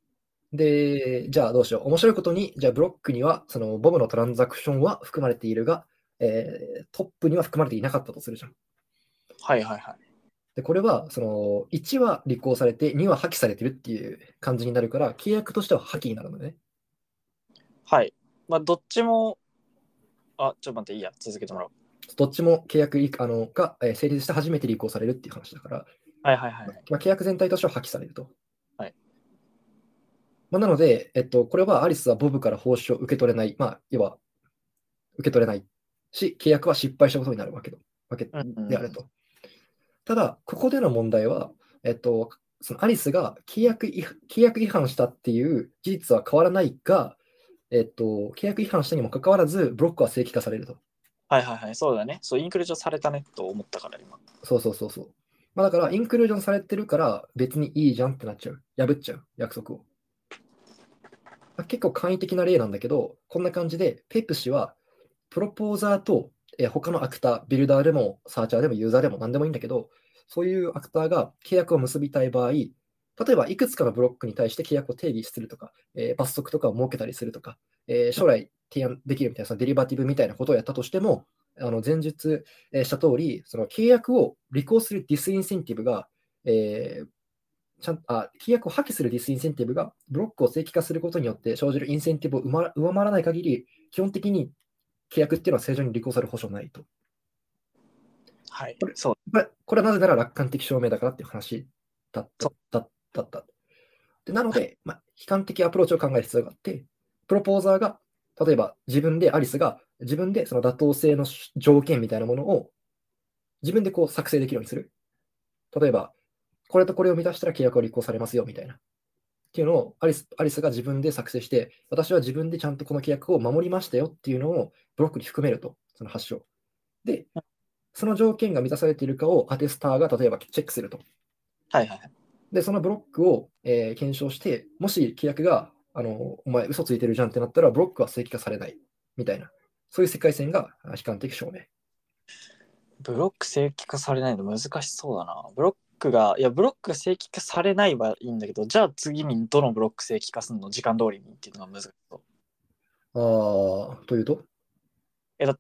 で、じゃあどうしよう。面白いことに、じゃあブロックには、そのボブのトランザクションは含まれているが、トップには含まれていなかったとするじゃん。 はいはいはい。 で、これは、その1は履行されて、2は破棄されてるっていう感じになるから、契約としては破棄になるのね。 はい。まあ、どっちも、ちょっと待って、いいや、続けてもらおう。 どっちも契約が成立して初めて履行されるっていう話だから、 はいはいはい。 まあ、契約全体としては破棄されると。 はい。 まあ、なので、これはアリスはボブから報酬を受け取れない、まあ、要は受け取れないし、契約は失敗したことになるわけうんうんうん。 であると。ただ、ここでの問題は、そのアリスが契約違反したっていう事実は変わらないが、契約違反したにもかかわらず、ブロックは正規化されると。 はいはいはい。そうだね。そう、インクルージョンされたねと思ったから、今。 そうそうそうそう。まあ、だから、インクルージョンされてるから別にいいじゃんってなっちゃう。破っちゃう、約束を。結構簡易的な例なんだけど、こんな感じで、ペプシは、プロポーザーと、他のアクター、ビルダーでも、サーチャーでもユーザーでも何でもいいんだけど、そういうアクターが契約を結びたい場合、例えばいくつかのブロックに対して契約を定義するとか、罰則とかを設けたりするとか、将来提案できるみたいなそのデリバティブみたいなことをやったとしても、前述した通り、その契約を履行するディスインセンティブが、えー契約を破棄するディスインセンティブがブロックを正規化することによって生じるインセンティブを上回らない限り、基本的に契約っていうのは正常に履行される保証ないと。 はい。 これそう。 これはなぜなら楽観的証明だからっていう話だった。 そう。 だったでなので、まあ、悲観的アプローチを考える必要があって、プロポーザーが、例えばアリスが自分でその妥当性の条件みたいなものを自分でこう作成できるようにする。例えば、これとこれを満たしたら契約は履行されますよみたいな。っていうのをアリスが自分で作成して、私は自分でちゃんとこの契約を守りましたよっていうのをブロックに含めると、その発症。で、その条件が満たされているかをアテスターが例えばチェックすると。 はいはいはい。 で、そのブロックを、検証して、もし契約が、お前嘘ついてるじゃんってなったら、ブロックは正規化されないみたいな、そういう世界線が悲観的証明。 ブロック正規化されないの難しそうだな。ブロックが正規化されないはいいんだけど、じゃあ次にどのブロック正規化するの時間通りにっていうのが難しそう。 というとだって、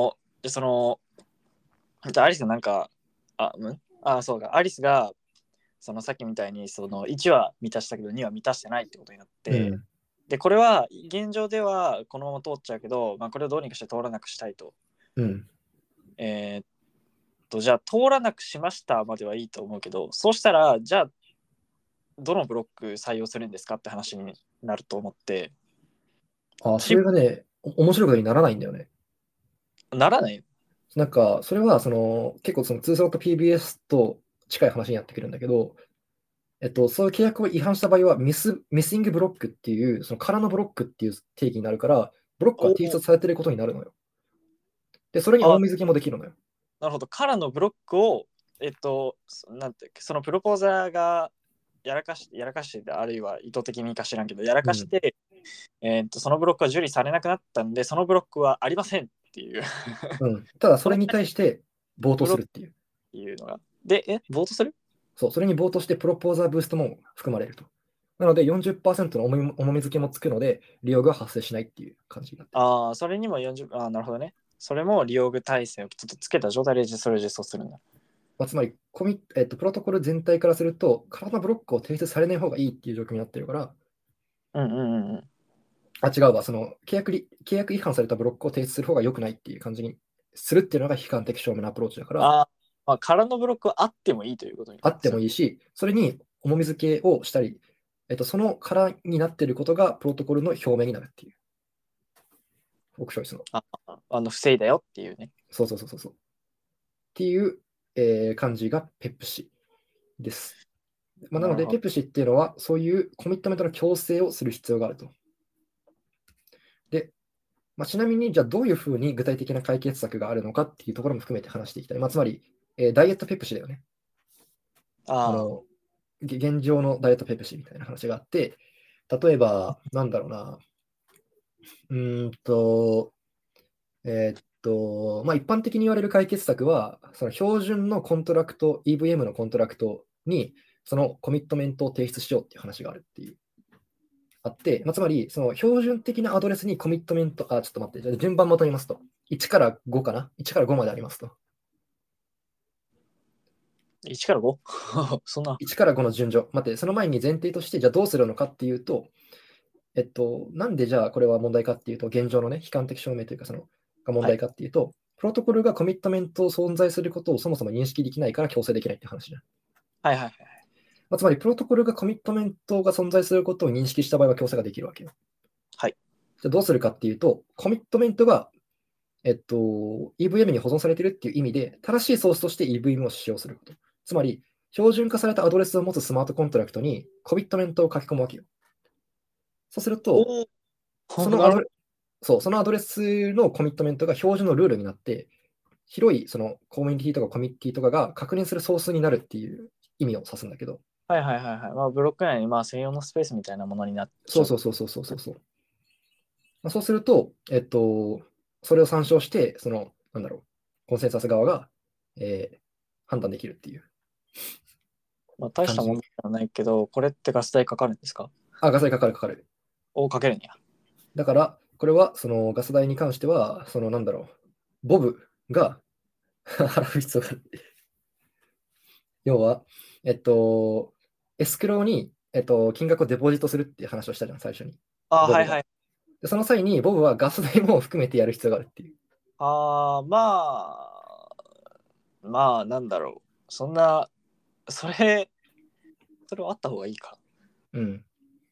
アリスがなんか、そうか、アリスが、さっきみたいに、1は満たしたけど、2は満たしてないってことになって、 うん。 で、これは、現状ではこのまま通っちゃうけど、これをどうにかして通らなくしたいと。 うん。 えーじゃあ、通らなくしましたまではいいと思うけど、そうしたら、じゃあ、どのブロック採用するんですかって話になると思って、 それがね、面白いことにならないんだよね。 ならない。 なんか、それは、結構2スロット PBS と近い話になってくるんだけど、そういう契約を違反した場合はミスイングブロックっていう、その空のブロックっていう定義になるから、ブロックは提出されていることになるのよ。で、それに重み付けもできるのよ。 なるほど。からのブロックを、なんていうか、そのプロポーザーがやらかして、あるいは意図的にか知らんけど、やらかして、そのブロックは受理されなくなったんで、そのブロックはありませんっていう。 ただ、そそのれに対して、冒頭ブロックっするっていう。 ていうのが。で、ボートする？ そう、それに冒頭して、プロポーザーブーストも含まれると。なので、40%の重み付けもつくので、利用が発生しないっていう感じになってる。 それにも40、なるほどね。それも利用具体制をちょっとつけた状態でそれを実装するんだ。 つまりプロトコル全体からすると、空のブロックを提出されない方がいいっていう状況になってるから、 うんうんうんうん。 違うわ、契約違反されたブロックを提出する方が良くないっていう感じにするっていうのが悲観的証明のアプローチだから、 空のブロックはあってもいいということに。 あってもいいし、それに重み付けをしたり、その空になっていることがプロトコルの表明になるっていう。オークショイスの。 防いだよっていうね。 そうそうそうそう。っていう、感じがペプシです。なので、ペプシっていうのは、そういうコミットメントの強制をする必要があると。で、ちなみに、じゃあどういうふうに具体的な解決策があるのかっていうところも含めて話していきたい。つまり、ダイエットペプシだよね。現状のダイエットペプシみたいな話があって、例えば、なんだろうな、一般的に言われる解決策は、その標準のコントラクト、EVM のコントラクトに、そのコミットメントを提出しようっていう話があるっていう。 あって、つまり、その標準的なアドレスにコミットメント、ちょっと待って、じゃあ順番まとめますと、1から5かな？ 1 から5までありますと。 1から 5？ そんな。 1から5の順序。待って、その前に前提として、じゃあどうするのかっていうと、なんでじゃあこれは問題かっていうと、現状のね、悲観的証明というか、が問題かっていうと、プロトコルがコミットメントを存在することをそもそも認識できないから強制できないって話じゃん。 はいはいはい。 つまり、プロトコルがコミットメントが存在することを認識した場合は強制ができるわけよ。 はい。 じゃあどうするかっていうと、コミットメントが、EVM に保存されているっていう意味で、正しいソースとして EVM を使用すること。つまり、標準化されたアドレスを持つスマートコントラクトにコミットメントを書き込むわけよ。そうすると、 おそお、なるほど。 のアドレそのアドレスのコミットメントが標準のルールになって、広いそのコミュニティとかコミッティとかが確認するソースになるっていう意味を指すんだけど、 はいはいはいはい。まあ、ブロック内にまあ専用のスペースみたいなものになっちゃう。 そう。そうすると、それを参照して、コンセンサス側が、判断できるっていうまあ、大し感じ。 たもんではないけど、これってガス代かかるんですか？ ガス代かかる。 かけるんや。 だから、これは、そのガス代に関しては、ボブが払う必要がある。要は、エスクローに、金額をデポジットするっていう話をしたじゃん、最初に。 ああ、 ボブが。 はいはい。 でその際に、ボブはガス代も含めてやる必要があるっていう。 ああ、まあ、なんだろう。それ、それはあった方がいいか。 うん。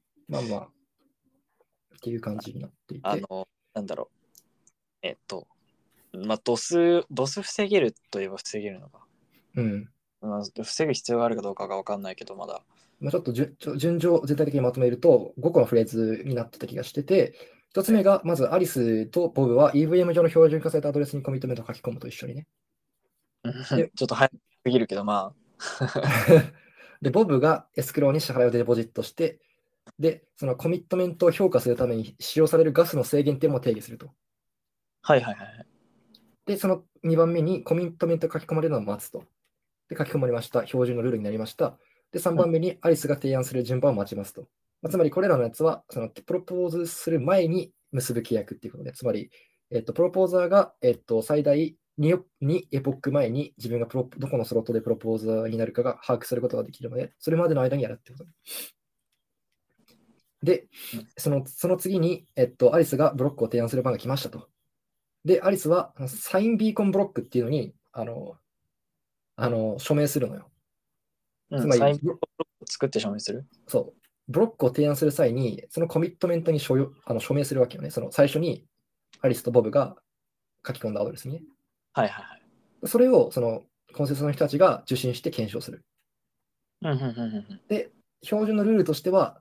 っていう感じになっていて。 なんだろう。まあ、ドス防げるといえば防げるのか。 うん。 まあ、防ぐ必要があるかどうかが分かんないけど、まだ。 ちょっと順序を全体的にまとめると、5個のフレーズになってた気がしてて、1つ目が、まずアリスとボブは EVM 上の標準化されたアドレスにコミットメントを書き込むと一緒にね。でちょっと早すぎるけど、まで、ボブがエスクローに支払いをデポジットして、で、そのコミットメントを評価するために使用されるガスの制限っていうのも定義すると。 あ。はいはいはい。 で、その2番目にコミットメントが書き込まれるのを待つと。で、書き込まれました。標準のルールになりました。で、3番目にアリスが提案する順番を待ちますと。つまり、これらのやつは、プロポーズする前に結ぶ契約っていうことで、つまり、プロポーザーが、最大2エポック前に自分がどこのスロットでプロポーザーになるかが把握することができるので、それまでの間にやるってことで、その次に、アリスがブロックを提案する番が来ましたと。で、アリスはサインビーコンブロックっていうのに、署名するのよ。つまり、 サインブロックを作って証明する。 そう、ブロックを提案する際に、そのコミットメントに署名するわけよね。その最初にアリスとボブが書き込んだアドレスにね。 はいはいはい。 それをコンセンサスの人たちが受信して検証する。で、標準のルールとしては、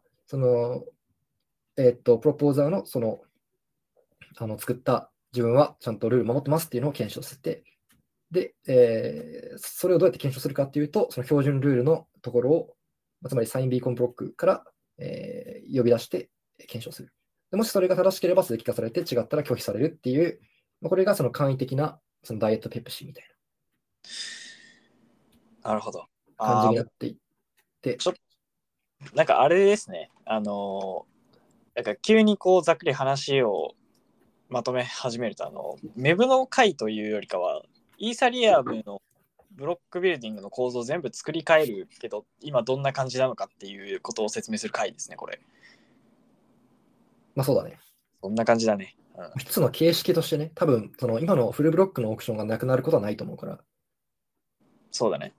プロポーザーの作った自分はちゃんとルール守ってますっていうのを検証して、で、それをどうやって検証するかっていうと、その標準ルールのところを、つまりサインビーコンブロックから、呼び出して検証する。でもしそれが正しければ鈴木化されて、違ったら拒否されるっていう、これがその簡易的なそのダイエットペプシみたいなるほど。 な感じになっていって。 なんかあれですね。なんか急にこうざっくり話をまとめ始めると、メブの回というよりかは、イーサリアムのブロックビルディングの構造を全部作り変えるけど、今どんな感じなのかっていうことを説明する回ですね、これ。 そうだね。 そんな感じだね。 一つの形式としてね、多分今のフルブロックのオプションがなくなることはないと思うから。 そうだね。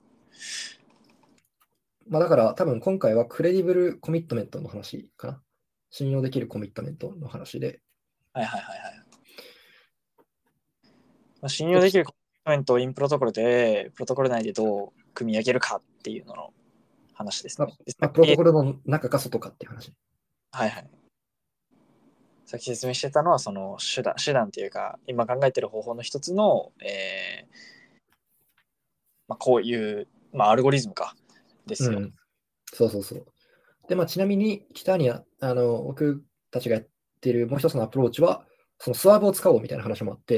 だから多分今回はクレディブルコミットメントの話かな。信用できるコミットメントの話で。 はいはいはいはい。信用できるコミットメントをインプロトコルで、プロトコル内でどう組み上げるかっていうのの話ですね。 プロトコルの中か外かっていう話。 はいはい。さっき説明してたのはその手段というか、今考えてる方法の一つの、こういう、アルゴリズムかですよ。 そう。で、ちなみに北に僕たちがやってるもう一つのアプローチは、そのスワーブを使おうみたいな話もあって、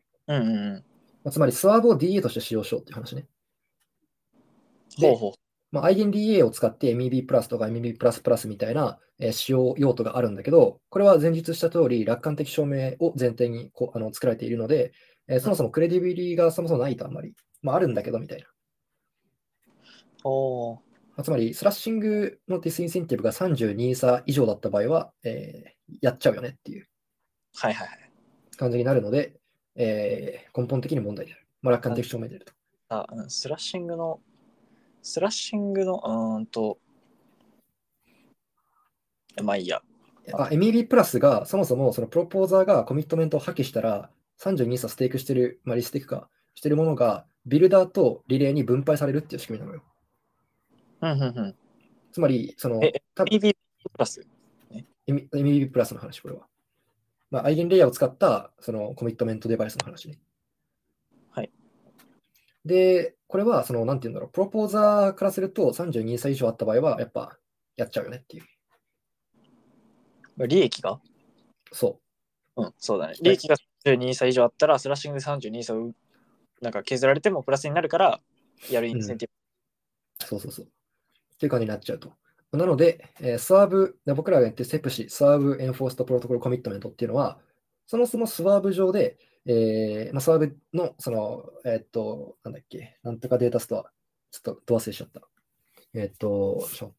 つまりスワーブを DA として使用しようっていう話ね。で、 まあ、IGNDA を使って MEB プラスとか MEB プラスプラスみたいな、使用用途があるんだけど、これは前述した通り、楽観的証明を前提に作られているので、そもそもクレディビリティがそもそもないとあんまり、まあ、あるんだけどみたいな。 おー。 つまり、スラッシングのディスインセンティブが32差以上だった場合は、やっちゃうよねっていうはいはいはい。 感じになるので、根本的に問題である。まあ、楽観的証明であると。 スラッシングの、スラッシングの、まあいいや。 MEB プラスがそもそもそのプロポーザーがコミットメントを破棄したら、32差ステークしてる、まあ、リステークか、してるものが、ビルダーとリレーに分配されるっていう仕組みなのよ。つまり、 BB プラス。 MEB プラスの話、これは。まあ、アイゲンレイヤーを使ったそのコミットメントデバイスの話ね。 はい。 で、これは、なんていうんだろう、プロポーザーからすると32歳以上あった場合は、やっぱ、やっちゃうよねっていう。 利益がそそうだね。利益が32歳以上あったら、スラッシングで32歳をなんか削られてもプラスになるから、やるインセンティブ。 そうそうそう。っていう感じになっちゃうと。なので、サーブ、僕らがやってるセプシ、サーブエンフォーストプロトコルコミットメントっていうのは、そもそもスワーブ上で、サーブの、なんだっけ、なんとかデータストア、ちょっとど忘れしちゃった。ちょっと待って。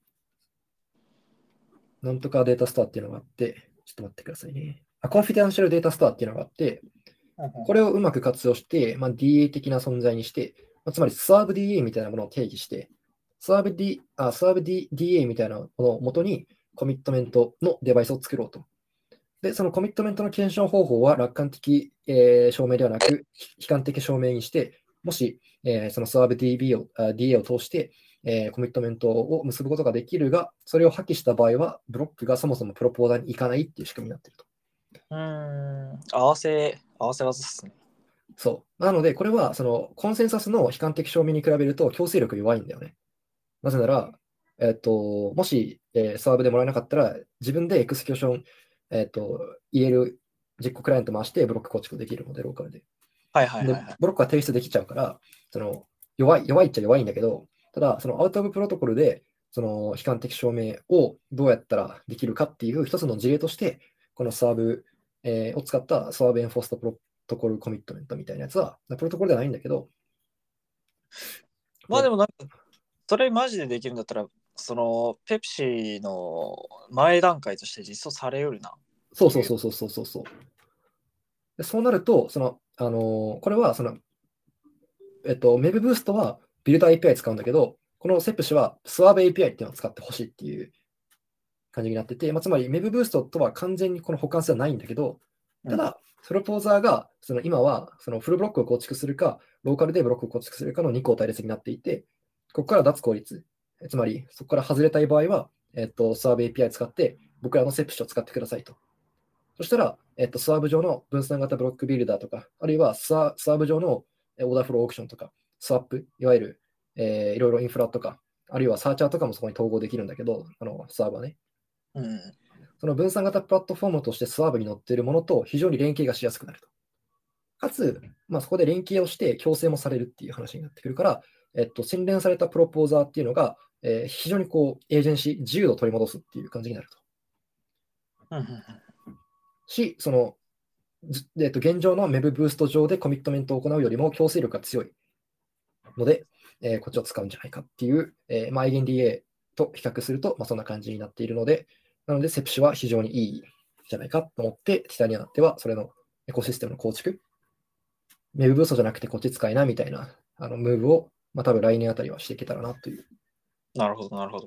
なんとかデータストアっていうのがあって、ちょっと待ってくださいね。コンフィデンシャルデータストアっていうのがあって、これをうまく活用して、DA 的な存在にして、つまりサーブ DA みたいなものを定義して、サーブ DA みたいなものを元にコミットメントのデバイスを作ろうと。で、そのコミットメントの検証方法は楽観的、証明ではなく、悲観的証明にして、もし、そのサーブ DA を通して、コミットメントを結ぶことができるが、それを破棄した場合は、ブロックがそもそもプロポーザーに行かないっていう仕組みになっていると。 合わせ技ですね。 そう。なので、これは、コンセンサスの悲観的証明に比べると強制力弱いんだよね。なぜなら、もし、サーブでもらえなかったら、自分でエクスキューション、EL 実行クライアント回してブロック構築できるので、ローカルで。で、ブロックは提出できちゃうから、弱いっちゃ弱いんだけど、ただ、アウトオブプロトコルで、悲観的証明をどうやったらできるかっていう一つの事例として、このサーブ、を使ったサーブエンフォーストプロトコルコミットメントみたいなやつは、プロトコルではないんだけど、 まあでもなんか、それマジでできるんだったら、ペプシの前段階として実装されうるな。 そうそうそうそうそうそう。でそうなると、これは、Web ブーストはビルド API 使うんだけど、この SEPSI は Swerve API っていうのを使ってほしいっていう感じになってて、つまり Web ブーストとは完全にこの補完性はないんだけど、ただ、プロポーザーが今はフルブロックを構築するか、ローカルでブロックを構築するかの2項対立になっていて、ここから脱効率、つまりそこから外れたい場合は、Swerve API 使って僕らの SEPSI を使ってくださいと。そしたら、スワーブ上の分散型ブロックビルダーとか、あるいはスワーブ上のオーダーフローオークションとか、スワップ、いわゆる、いろいろインフラとか、あるいはサーチャーとかもそこに統合できるんだけど、スワーブはね。その分散型プラットフォームとしてスワーブに載っているものと非常に連携がしやすくなると。かつ、そこで連携をして強制もされるっていう話になってくるから、洗練されたプロポーザーっていうのが、非常にエージェンシー、自由度を取り戻すっていう感じになると。し、現状の Web ブースト上でコミットメントを行うよりも強制力が強いので、こっちを使うんじゃないかっていう、IGNDA と比較すると、そんな感じになっているので、なので、セプシは非常にいいじゃないかと思って、ティタニアではそれのエコシステムの構築、Web ブーストじゃなくてこっち使いなみたいなムーブを、多分来年あたりはしていけたらなという。 なるほど、なるほど。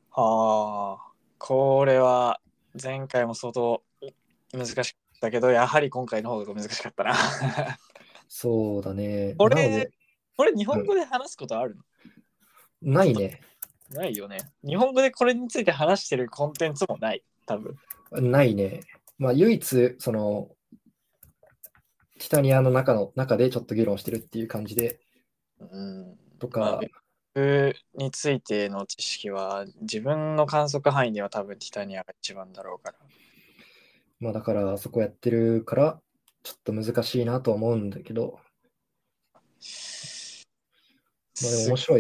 これは前回も相当難しかったけど、やはり今回の方が難しかったな。 そうだね。 これ日本語で話すことあるの、 ないね。 ないよね。日本語でこれについて話してるコンテンツもない、多分。 ないね。唯一、ティタニアの中でちょっと議論してるっていう感じで、とか、 Web についての知識は自分の観測範囲では多分ティタニアが一番だろうから。 だからそこやってるから、ちょっと難しいなとは思うんだけど、でも面白い。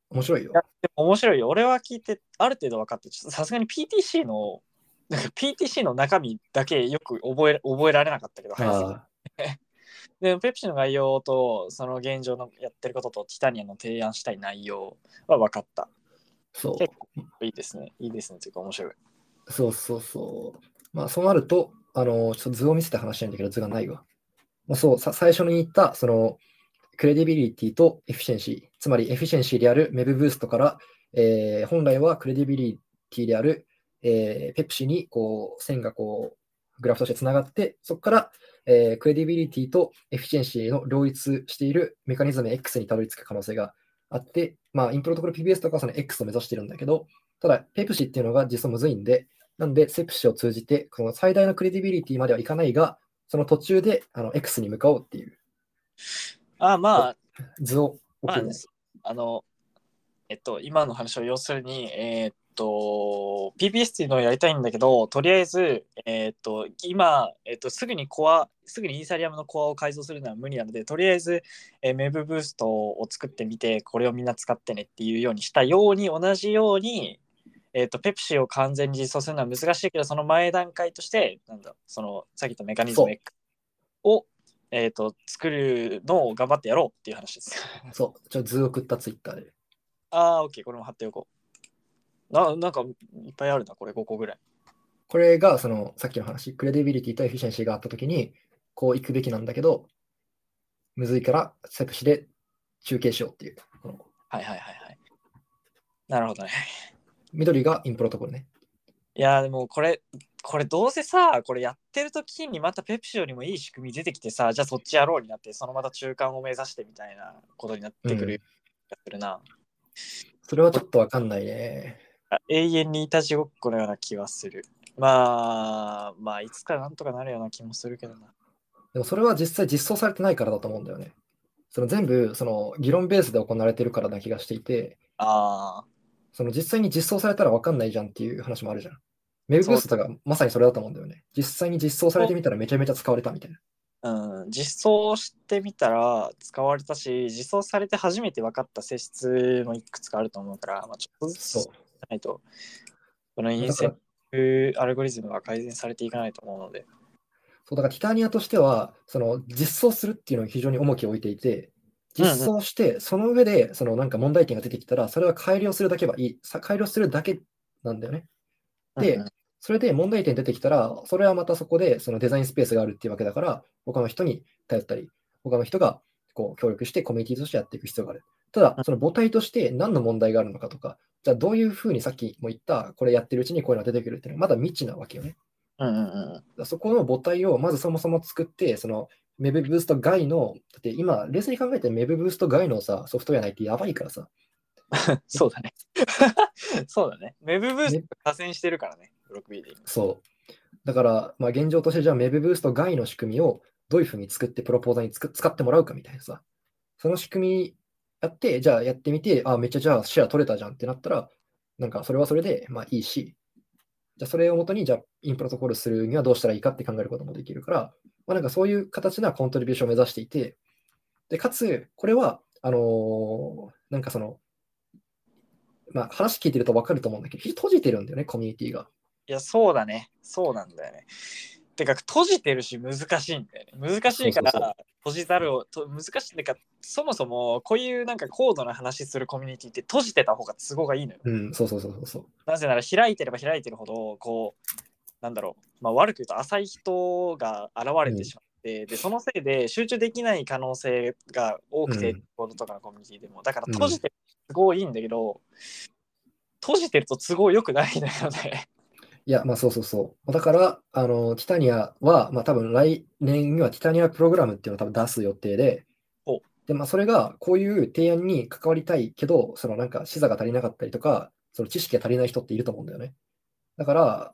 面白いよ。 いやでも面白いよ。俺は聞いて、ある程度分かって、ちょっとさすがに PTC の、なんか PTC の中身だけよく覚えられなかったけど、早すぎて。 ああ、 で、ペプシの概要と、その現状のやってることと、ティタニアの提案したい内容は分かった。結そ構いいですね。いいですね。というか面白い。 う。そうそうそう。まあ、そうなると、ちょっと図を見せて話したいんだけど、図がないわ。まあ、そう、最初に言った、クレディビリティとエフィシェンシー、つまりエフィシェンシーである Web ブーストから、本来はクレディビリティである、ペプシにこう線がこうグラフとしてつながって、そこから、クレディビリティとエフィシェンシーの両立しているメカニズム X にたどり着く可能性があって、まあ、インプロトコル PBS とかはその X を目指してるんだけど、ただ、ペプシっていうのが実はむずいんで、なんで、セプシを通じて、この最大のクレディビリティまではいかないが、その途中でX に向かおうっていうまあ、 図をまあ、 送るね。 あの、今の話を要するに、PBS っていうのをやりたいんだけど、とりあえず、今、すぐにイーサリアムのコアを改造するのは無理なので、とりあえず、Web ブーストを作ってみて、これをみんな使ってねっていうようにしたように、同じように、ペプシを完全に実装するのは難しいけど、その前段階として、さっき言ったメカニズムそ X を、作るのを頑張ってやろうっていう話です。 う、そう。図を送ったツイッターで。 OK、これも貼っておこう。なんかいっぱいあるな、これ5個ぐらい。 これが、さっきの話、クレディビリティとエフィシェンシーがあったときに、こう行くべきなんだけど、むずいから、セプシで中継しようっていう。 はいはいはいはい。なるほどね。 緑がインプロトコルね。 いや、でもこれどうせさ、これやってる時にまたペプシよりもいい仕組み出てきてさ、じゃあそっちやろうになって、そのまた中間を目指してみたいなことになってくるやってるな。 それはちょっとわかんないね。 永遠にいたちごっこのような気はする。まあ、いつかなんとかなるような気もするけどな。 でもそれは実際実装されてないからだと思うんだよね。全部、議論ベースで行われてるからな気がしていて、 ああ、 実際に実装されたらわかんないじゃんっていう話もあるじゃん。メブブーそう、 ストがまさにそれだと思うんだよね。実際に実装されてみたらめちゃめちゃ使われたみたいな。 実装してみたら使われたし、実装されて初めて分かった性質もいくつかあると思うから、ちょっとずつしそないと、このイう。 ンセンティブアルゴリズムが改善されていかないと思うので。 だからティタニアとしては、実装するっていうのに非常に重きを置いていて、実うんうん。 装して、その上で、なんか問題点が出てきたら、それは改良するだけはいい。改良するだけなんだよね。で、 うんうん。 それで問題点出てきたら、それはまたそこでそのデザインスペースがあるっていうわけだから、他の人に頼ったり、他の人がこう協力してコミュニティとしてやっていく必要がある。ただ、その母体として何の問題があるのかとか、じゃあどういうふうにさっきも言った、これやってるうちにこういうのが出てくるっていうのはまだ未知なわけよね。 うんうんうん。 そこの母体をまずそもそも作って、Web ブースト外の、だって今、冷静に考えて Web ブースト外のさ、ソフトウェアないってやばいからさ。 そうだね。そうだね。Web ブースね、 ト加戦してるからね、ブロックビーディング。 そう。だから、まあ、現状としてじゃあ Web ブースト外の仕組みをどういうふうに作ってプロポーザーに使ってもらうかみたいなさ。その仕組みやって、じゃあやってみて、めっちゃじゃあシェア取れたじゃんってなったら、なんかそれはそれでまあいいし、じゃあそれをもとにじゃあインプロトコールするにはどうしたらいいかって考えることもできるから、まあ、なんかそういう形なコントリビューションを目指していて、で、かつ、これは、なんかまあ話聞いてると分かると思うんだけど、非常に閉じてるんだよね、コミュニティが。 いや、そうだね。そうなんだよね。てか、閉じてるし、難しいんだよね。難しいかそうそうそら、閉じざるを、難しいんだから、そもそも、こういうなんか高度な話するコミュニティって閉じてた方が都合がいいのよ。 う。うん、そうそうそうそうそう。 なぜなら、開いてれば開いてるほど、なんだろう、悪く言うと浅い人が現れてしまって、で、そのせいで集中できない可能性が多くて、コードとかのコミュニティでも。だから、閉じてると都合いいんだけど、閉じてると都合良くないんだよね。 いや、まあそうそうそう。だから、ティタニアは、まあ多分来年にはティタニアプログラムっていうのを多分出す予定で、 おで、まあそれがこういう提案に関わりたいけど、なんか視座が足りなかったりとか、その知識が足りない人っていると思うんだよね。だから、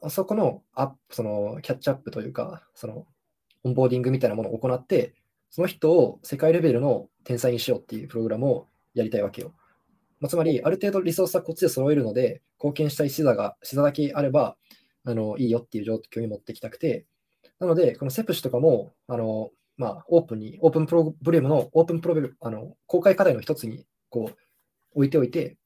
そこのキャッチアップというか、オンボーディングみたいなものを行って、その人を世界レベルの天才にしようっていうプログラムをやりたいわけよ。まあ、つまり、ある程度リソースはこっちで揃えるので、貢献したい視座だけあれば、いいよっていう状況に持ってきたくて、なので、このセプシとかも、まあ、オープンプログラムのオープンプログラム、公開課題の一つにこう置いておいて、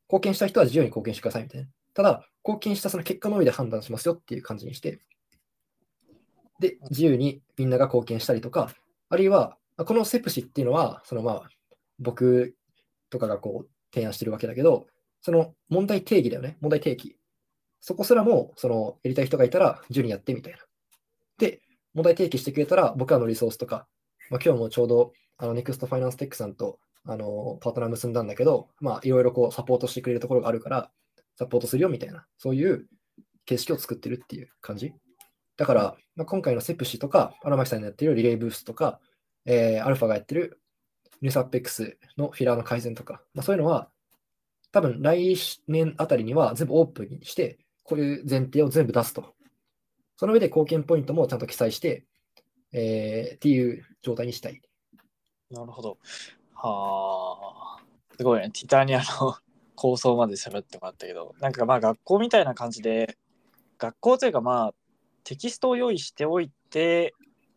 貢献した人は自由に貢献してくださいみたいな。ただ、貢献したその結果のみで判断しますよっていう感じにして、で、自由にみんなが貢献したりとか、あるいは、このセプシっていうのは、僕とかがこう提案してるわけだけど、その問題定義だよね、問題提起。そこすらも、やりたい人がいたら自由にやってみたいな。で、問題提起してくれたら、僕らのリソースとか、今日もちょうど、ネクストファイナンステックさんと、パートナー結んだんだけど、いろいろこう、サポートしてくれるところがあるから、サポートするよみたいな、そういう形式を作ってるっていう感じ。だから、今回のセプシとか、荒牧さんのやってるリレーブーストとか、アルファがやってるニュースアップ X のフィラーの改善とか、そういうのは、多分来年あたりには全部オープンにして、こういう前提を全部出すと。その上で貢献ポイントもちゃんと記載して、っていう状態にしたい。 なるほど。はあ。すごいね。ティタニアの構想まで喋ってもらったけど、なんか学校みたいな感じで、学校というかテキストを用意しておいて、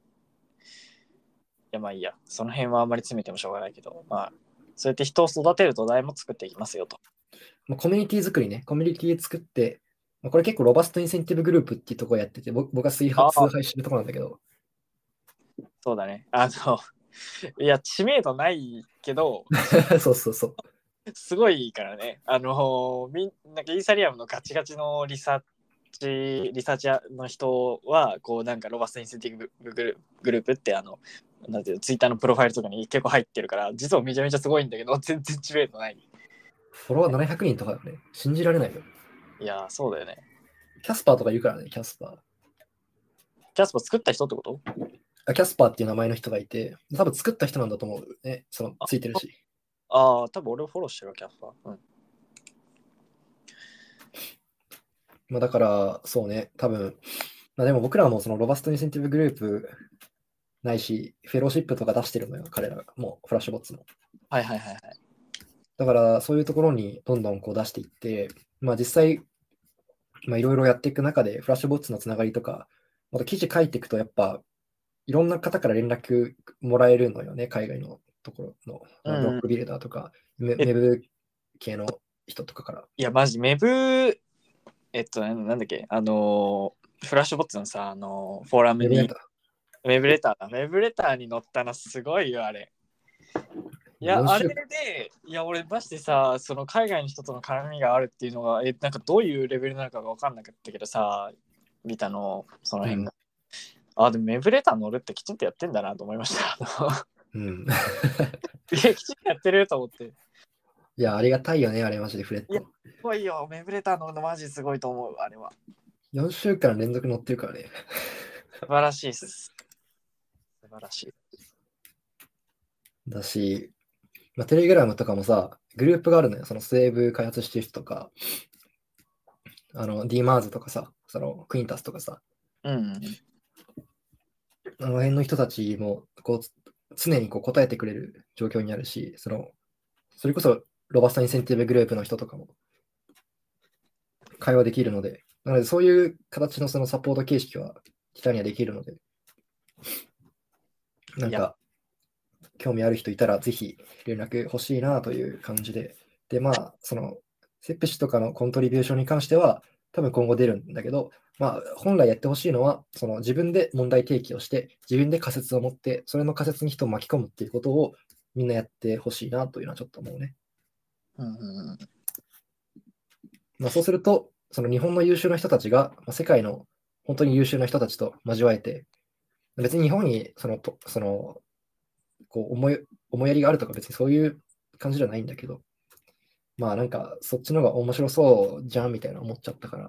いやいいや、その辺はあんまり詰めてもしょうがないけど、そうやって人を育てる土台も作っていきますよと。 コミュニティ作りね、コミュニティ作って、これ結構ロバストインセンティブグループっていうところをやってて、僕が崇拝してるところなんだけど。 そうだね。いや、知名度ないけど、 そうそうそう。 すごいからね。なんかイーサリアムのガチガチのリサーチャーの人は、こうなんかロバストインセンティブグループってなんていうツイッターのプロファイルとかに結構入ってるから、実はめちゃめちゃすごいんだけど、全然知名度ない。 フォロワー700人とかだよね。信じられないよ。 いや、そうだよね。 キャスパーとかいるからね、キャスパー。 キャスパー作った人ってこと？ キャスパーっていう名前の人がいて、多分作った人なんだと思うね。ついてるし。 多分俺をフォローしてるわ、キャスパー。 だから、そうね、多分、でも僕らもそのロバストインセンティブグループないし、フェローシップとか出してるのよ、彼らが。もう、フラッシュボッツも。 はいはいはいはい。 だから、そういうところにどんどんこう出していって、実際、いろいろやっていく中で、フラッシュボッツのつながりとか、また記事書いていくと、やっぱ、いろんな方から連絡もらえるのよね、海外のところの、ブロックビルダーとか、メブ系の人とかから。 いや、マジ、なんだっけ、フラッシュボッツのさ、フォーラムに、ウェブレターに載ったのすごいよ、あれ。いや、あれで、いや、俺、ましてさ、その海外の人との絡みがあるっていうのが、なんかどういうレベルなのかが分かんなかったけどさ、見たの、その辺が。でも、ウェブレター載るってきちんとやってんだなと思いました。 うん。 いや、きちんとやってると思って。 いや、ありがたいよね、あれ、マジでフレット。 いや、すごいよ、ウェブレター載るのマジすごいと思う、あれは。 4週間連続載ってるからね。 素晴らしいっす。素晴らしい。 だし、テレグラムとかもさ、グループがあるのよ。そのセーブ開発してる人とか、ディーマーズとかさ、クインタスとかさ、 うん。 あの辺の人たちもこう常にこう答えてくれる状況にあるし、それこそロバストインセンティブグループの人とかも会話できるので、なのでそういう形のそのサポート形式はティタニアできるので、なんか興味ある人いたらぜひ連絡欲しいなという感じで、で、セプシとかのコントリビューションに関しては多分今後出るんだけど、本来やってほしいのは、自分で問題提起をして、自分で仮説を持って、それの仮説に人を巻き込むっていうことをみんなやってほしいなというのはちょっと思うね。そうすると、その日本の優秀な人たちが、世界の本当に優秀な人たちと交わえて、別に日本にこう思いやりがあるとか別にそういう感じじゃないんだけど、なんかそっちの方が面白そうじゃんみたいな思っちゃったから、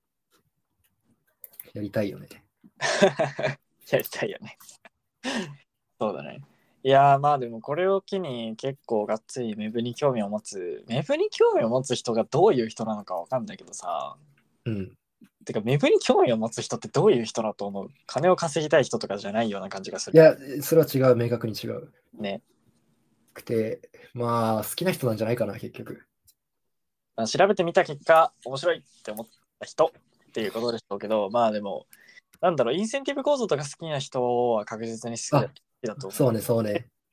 やりたいよね。 やりたいよね。そうだね。いやでもこれを機に結構がっつりメブに興味を持つ人がどういう人なのかわかんないけどさ。 うん。 てかメブに興味を持つ人ってどういう人だと思う？金を稼ぎたい人とかじゃないような感じがする。 いや、それは違う、明確に違う。 ね。 好きな人なんじゃないかな、結局。 調べてみた結果、面白いって思った人っていうことでしょうけど、でも、インセンティブ構造とか好きな人は確実に好きだと思う。 そうね、そうね。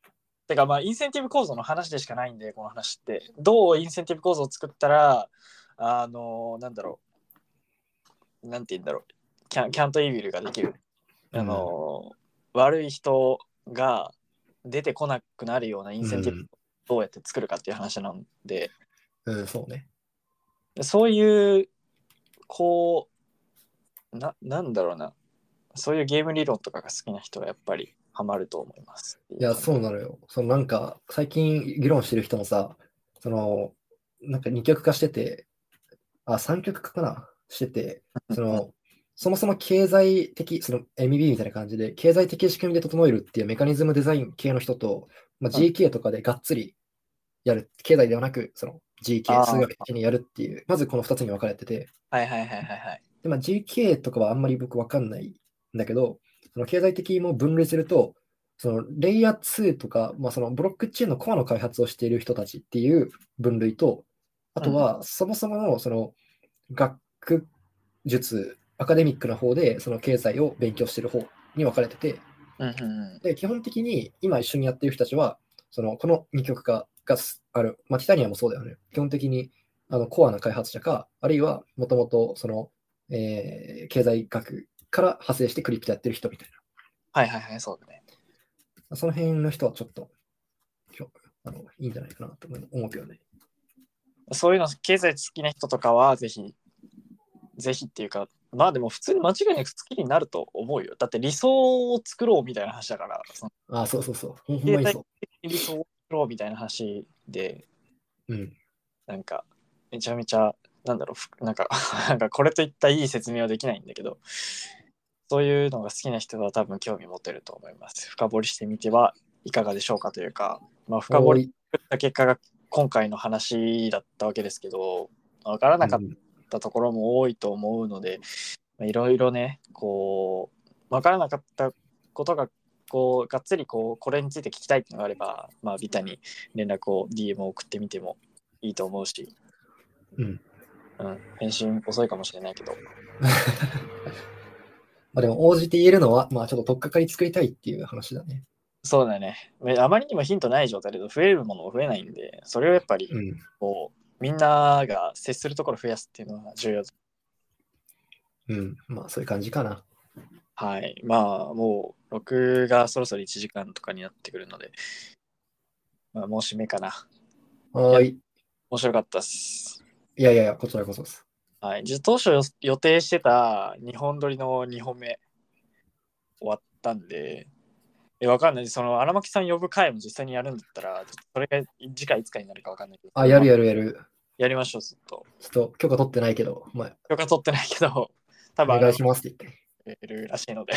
てかまあインセンティブ構造の話でしかないんで、この話って。どうインセンティブ構造を作ったら、なんだろう、なんて言うんだろう、キャントイービルができる。悪い人が出てこなくなるようなインセンティブをどうやって作るかっていう話なんで、 そうね。 そういう、こう、なんだろうな、そういうゲーム理論とかが好きな人はやっぱりハマると思います。 いや、そうなのよ。なんか、最近議論してる人もさ、なんか二極化してて、三極化かなしてて、そもそも経済的、MB みたいな感じで、経済的仕組みで整えるっていうメカニズムデザイン系の人と、GK とかでがっつりやる、経済ではなく、GK、数学的にやるっていう、まずこの2つに分かれてて、 はいはいはいはいはい。 で、GK とかはあんまり僕分かんないんだけど、その経済的も分類すると、レイヤー2とか、ブロックチェーンのコアの開発をしている人たちっていう分類と、あとは、そもそもの学術、アカデミックな方で、経済を勉強している方に分かれてて、で、基本的に今一緒にやっている人たちは、この二極化がある、ティタニアもそうだよね。基本的にコアな開発者か、あるいはもともと経済学から派生してクリプトやってる人みたいな。 はいはいはい、そうだね。 その辺の人はちょっといいんじゃないかなと思うけどね。 そういうの、経済好きな人とかは、ぜひっていうか、まあでも普通に間違いなく好きになると思うよ。だって理想を作ろうみたいな話だから、 そうそうそう。ほんま経済にそう。 的に理想を作ろうみたいな話で、なんか、めちゃめちゃ、なんだろう、なんかなんかこれといったいい説明はできないんだけど、そういうのが好きな人は多分興味持てると思います。深掘りしてみてはいかがでしょうかというか、深掘りした結果が今回の話だったわけですけど、わからなかったところも多いと思うので、いろいろね、こう、わからなかったことが、こう、がっつりこれについて聞きたいっていうのがあれば、ビタに連絡を、DM を送ってみてもいいと思うし、返信遅いかもしれないけど。 でも、応じて言えるのは、ちょっと取っかかり作りたいっていう話だね。 そうだね。あまりにもヒントない状態だと増えるものも増えないんで、それをやっぱり、みんなが接するところを増やすっていうのは重要。 そういう感じかな。 はい。もう、録がそろそろ1時間とかになってくるので、もう締めかな。 はい。 面白かったっす。 いやいや、こちらこそです。 はい。当初予定してた2本撮りの2本目終わったんで、わかんない。荒牧さん呼ぶ回も実際にやるんだったら、それが次回いつかになるかわかんないけど。 やる。 やりましょう、ずっと。 ちょっと許可取ってないけど、 許可取ってないけど、多分お願いしますって言って。るらしいので。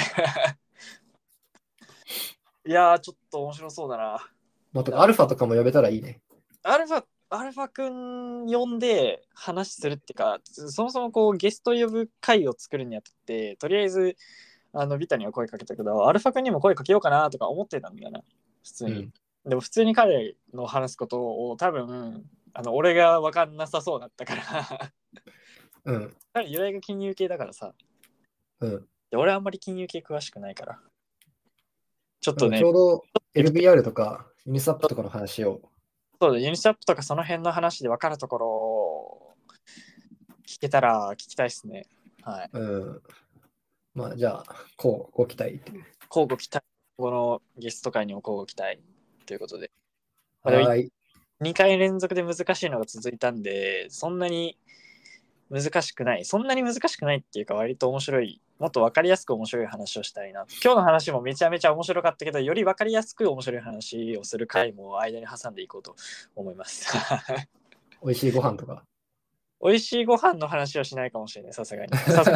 いやー、ちょっと面白そうだな。 アルファとかも呼べたらいいね。 アルファくん呼んで話するっていうか、そもそもゲスト呼ぶ会を作るにあたって、とりあえず、ビタには声かけたけど、アルファくんにも声かけようかなとか思ってたんだよな、普通に。でも普通に彼の話すことを多分、俺が分かんなさそうだったから彼由来が金融系だからさ。で俺あんまり金融系詳しくないから。ちょっとね。 ちょうど LBR とかユニスワップとかの話を。 そうだ、ユニスワップとかその辺の話で分かるところを聞けたら聞きたいですね。はい。 じゃあ、こう期待という。 交互期待。このゲスト会にも交互期待ということで。 はい。 2回連続で難しいのが続いたんで、そんなに難しくないっていうか、割と面白い、もっと分かりやすく面白い話をしたいな。今日の話もめちゃめちゃ面白かったけど、より分かりやすく面白い話をする回も間に挟んでいこうと思います。 美味しいご飯とか。 美味しいご飯の話はしないかもしれない、さすがに。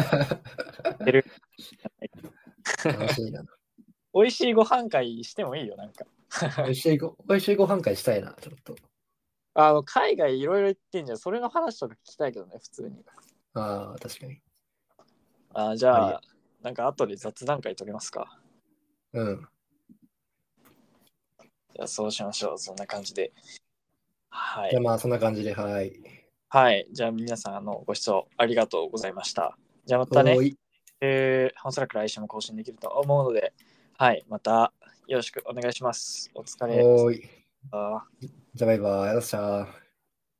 楽しいな。 美味しいご飯会してもいいよ、なんか。 美味しいご飯会したいな、ちょっと。 海外いろいろ行ってんじゃん。それの話とか聞きたいけどね、普通に。 確かに。 じゃあ、なんか後で雑談会取りますか。じゃあそうしましょう。そんな感じで。はい。 じゃあそんな感じで、はい。 はい。じゃあ皆さんご視聴ありがとうございました。じゃあまたね、おそらく来週も更新できると思うので、はい。またよろしくお願いします。お疲れ。 おーい。 あーじゃあバイバイ。よっしゃー。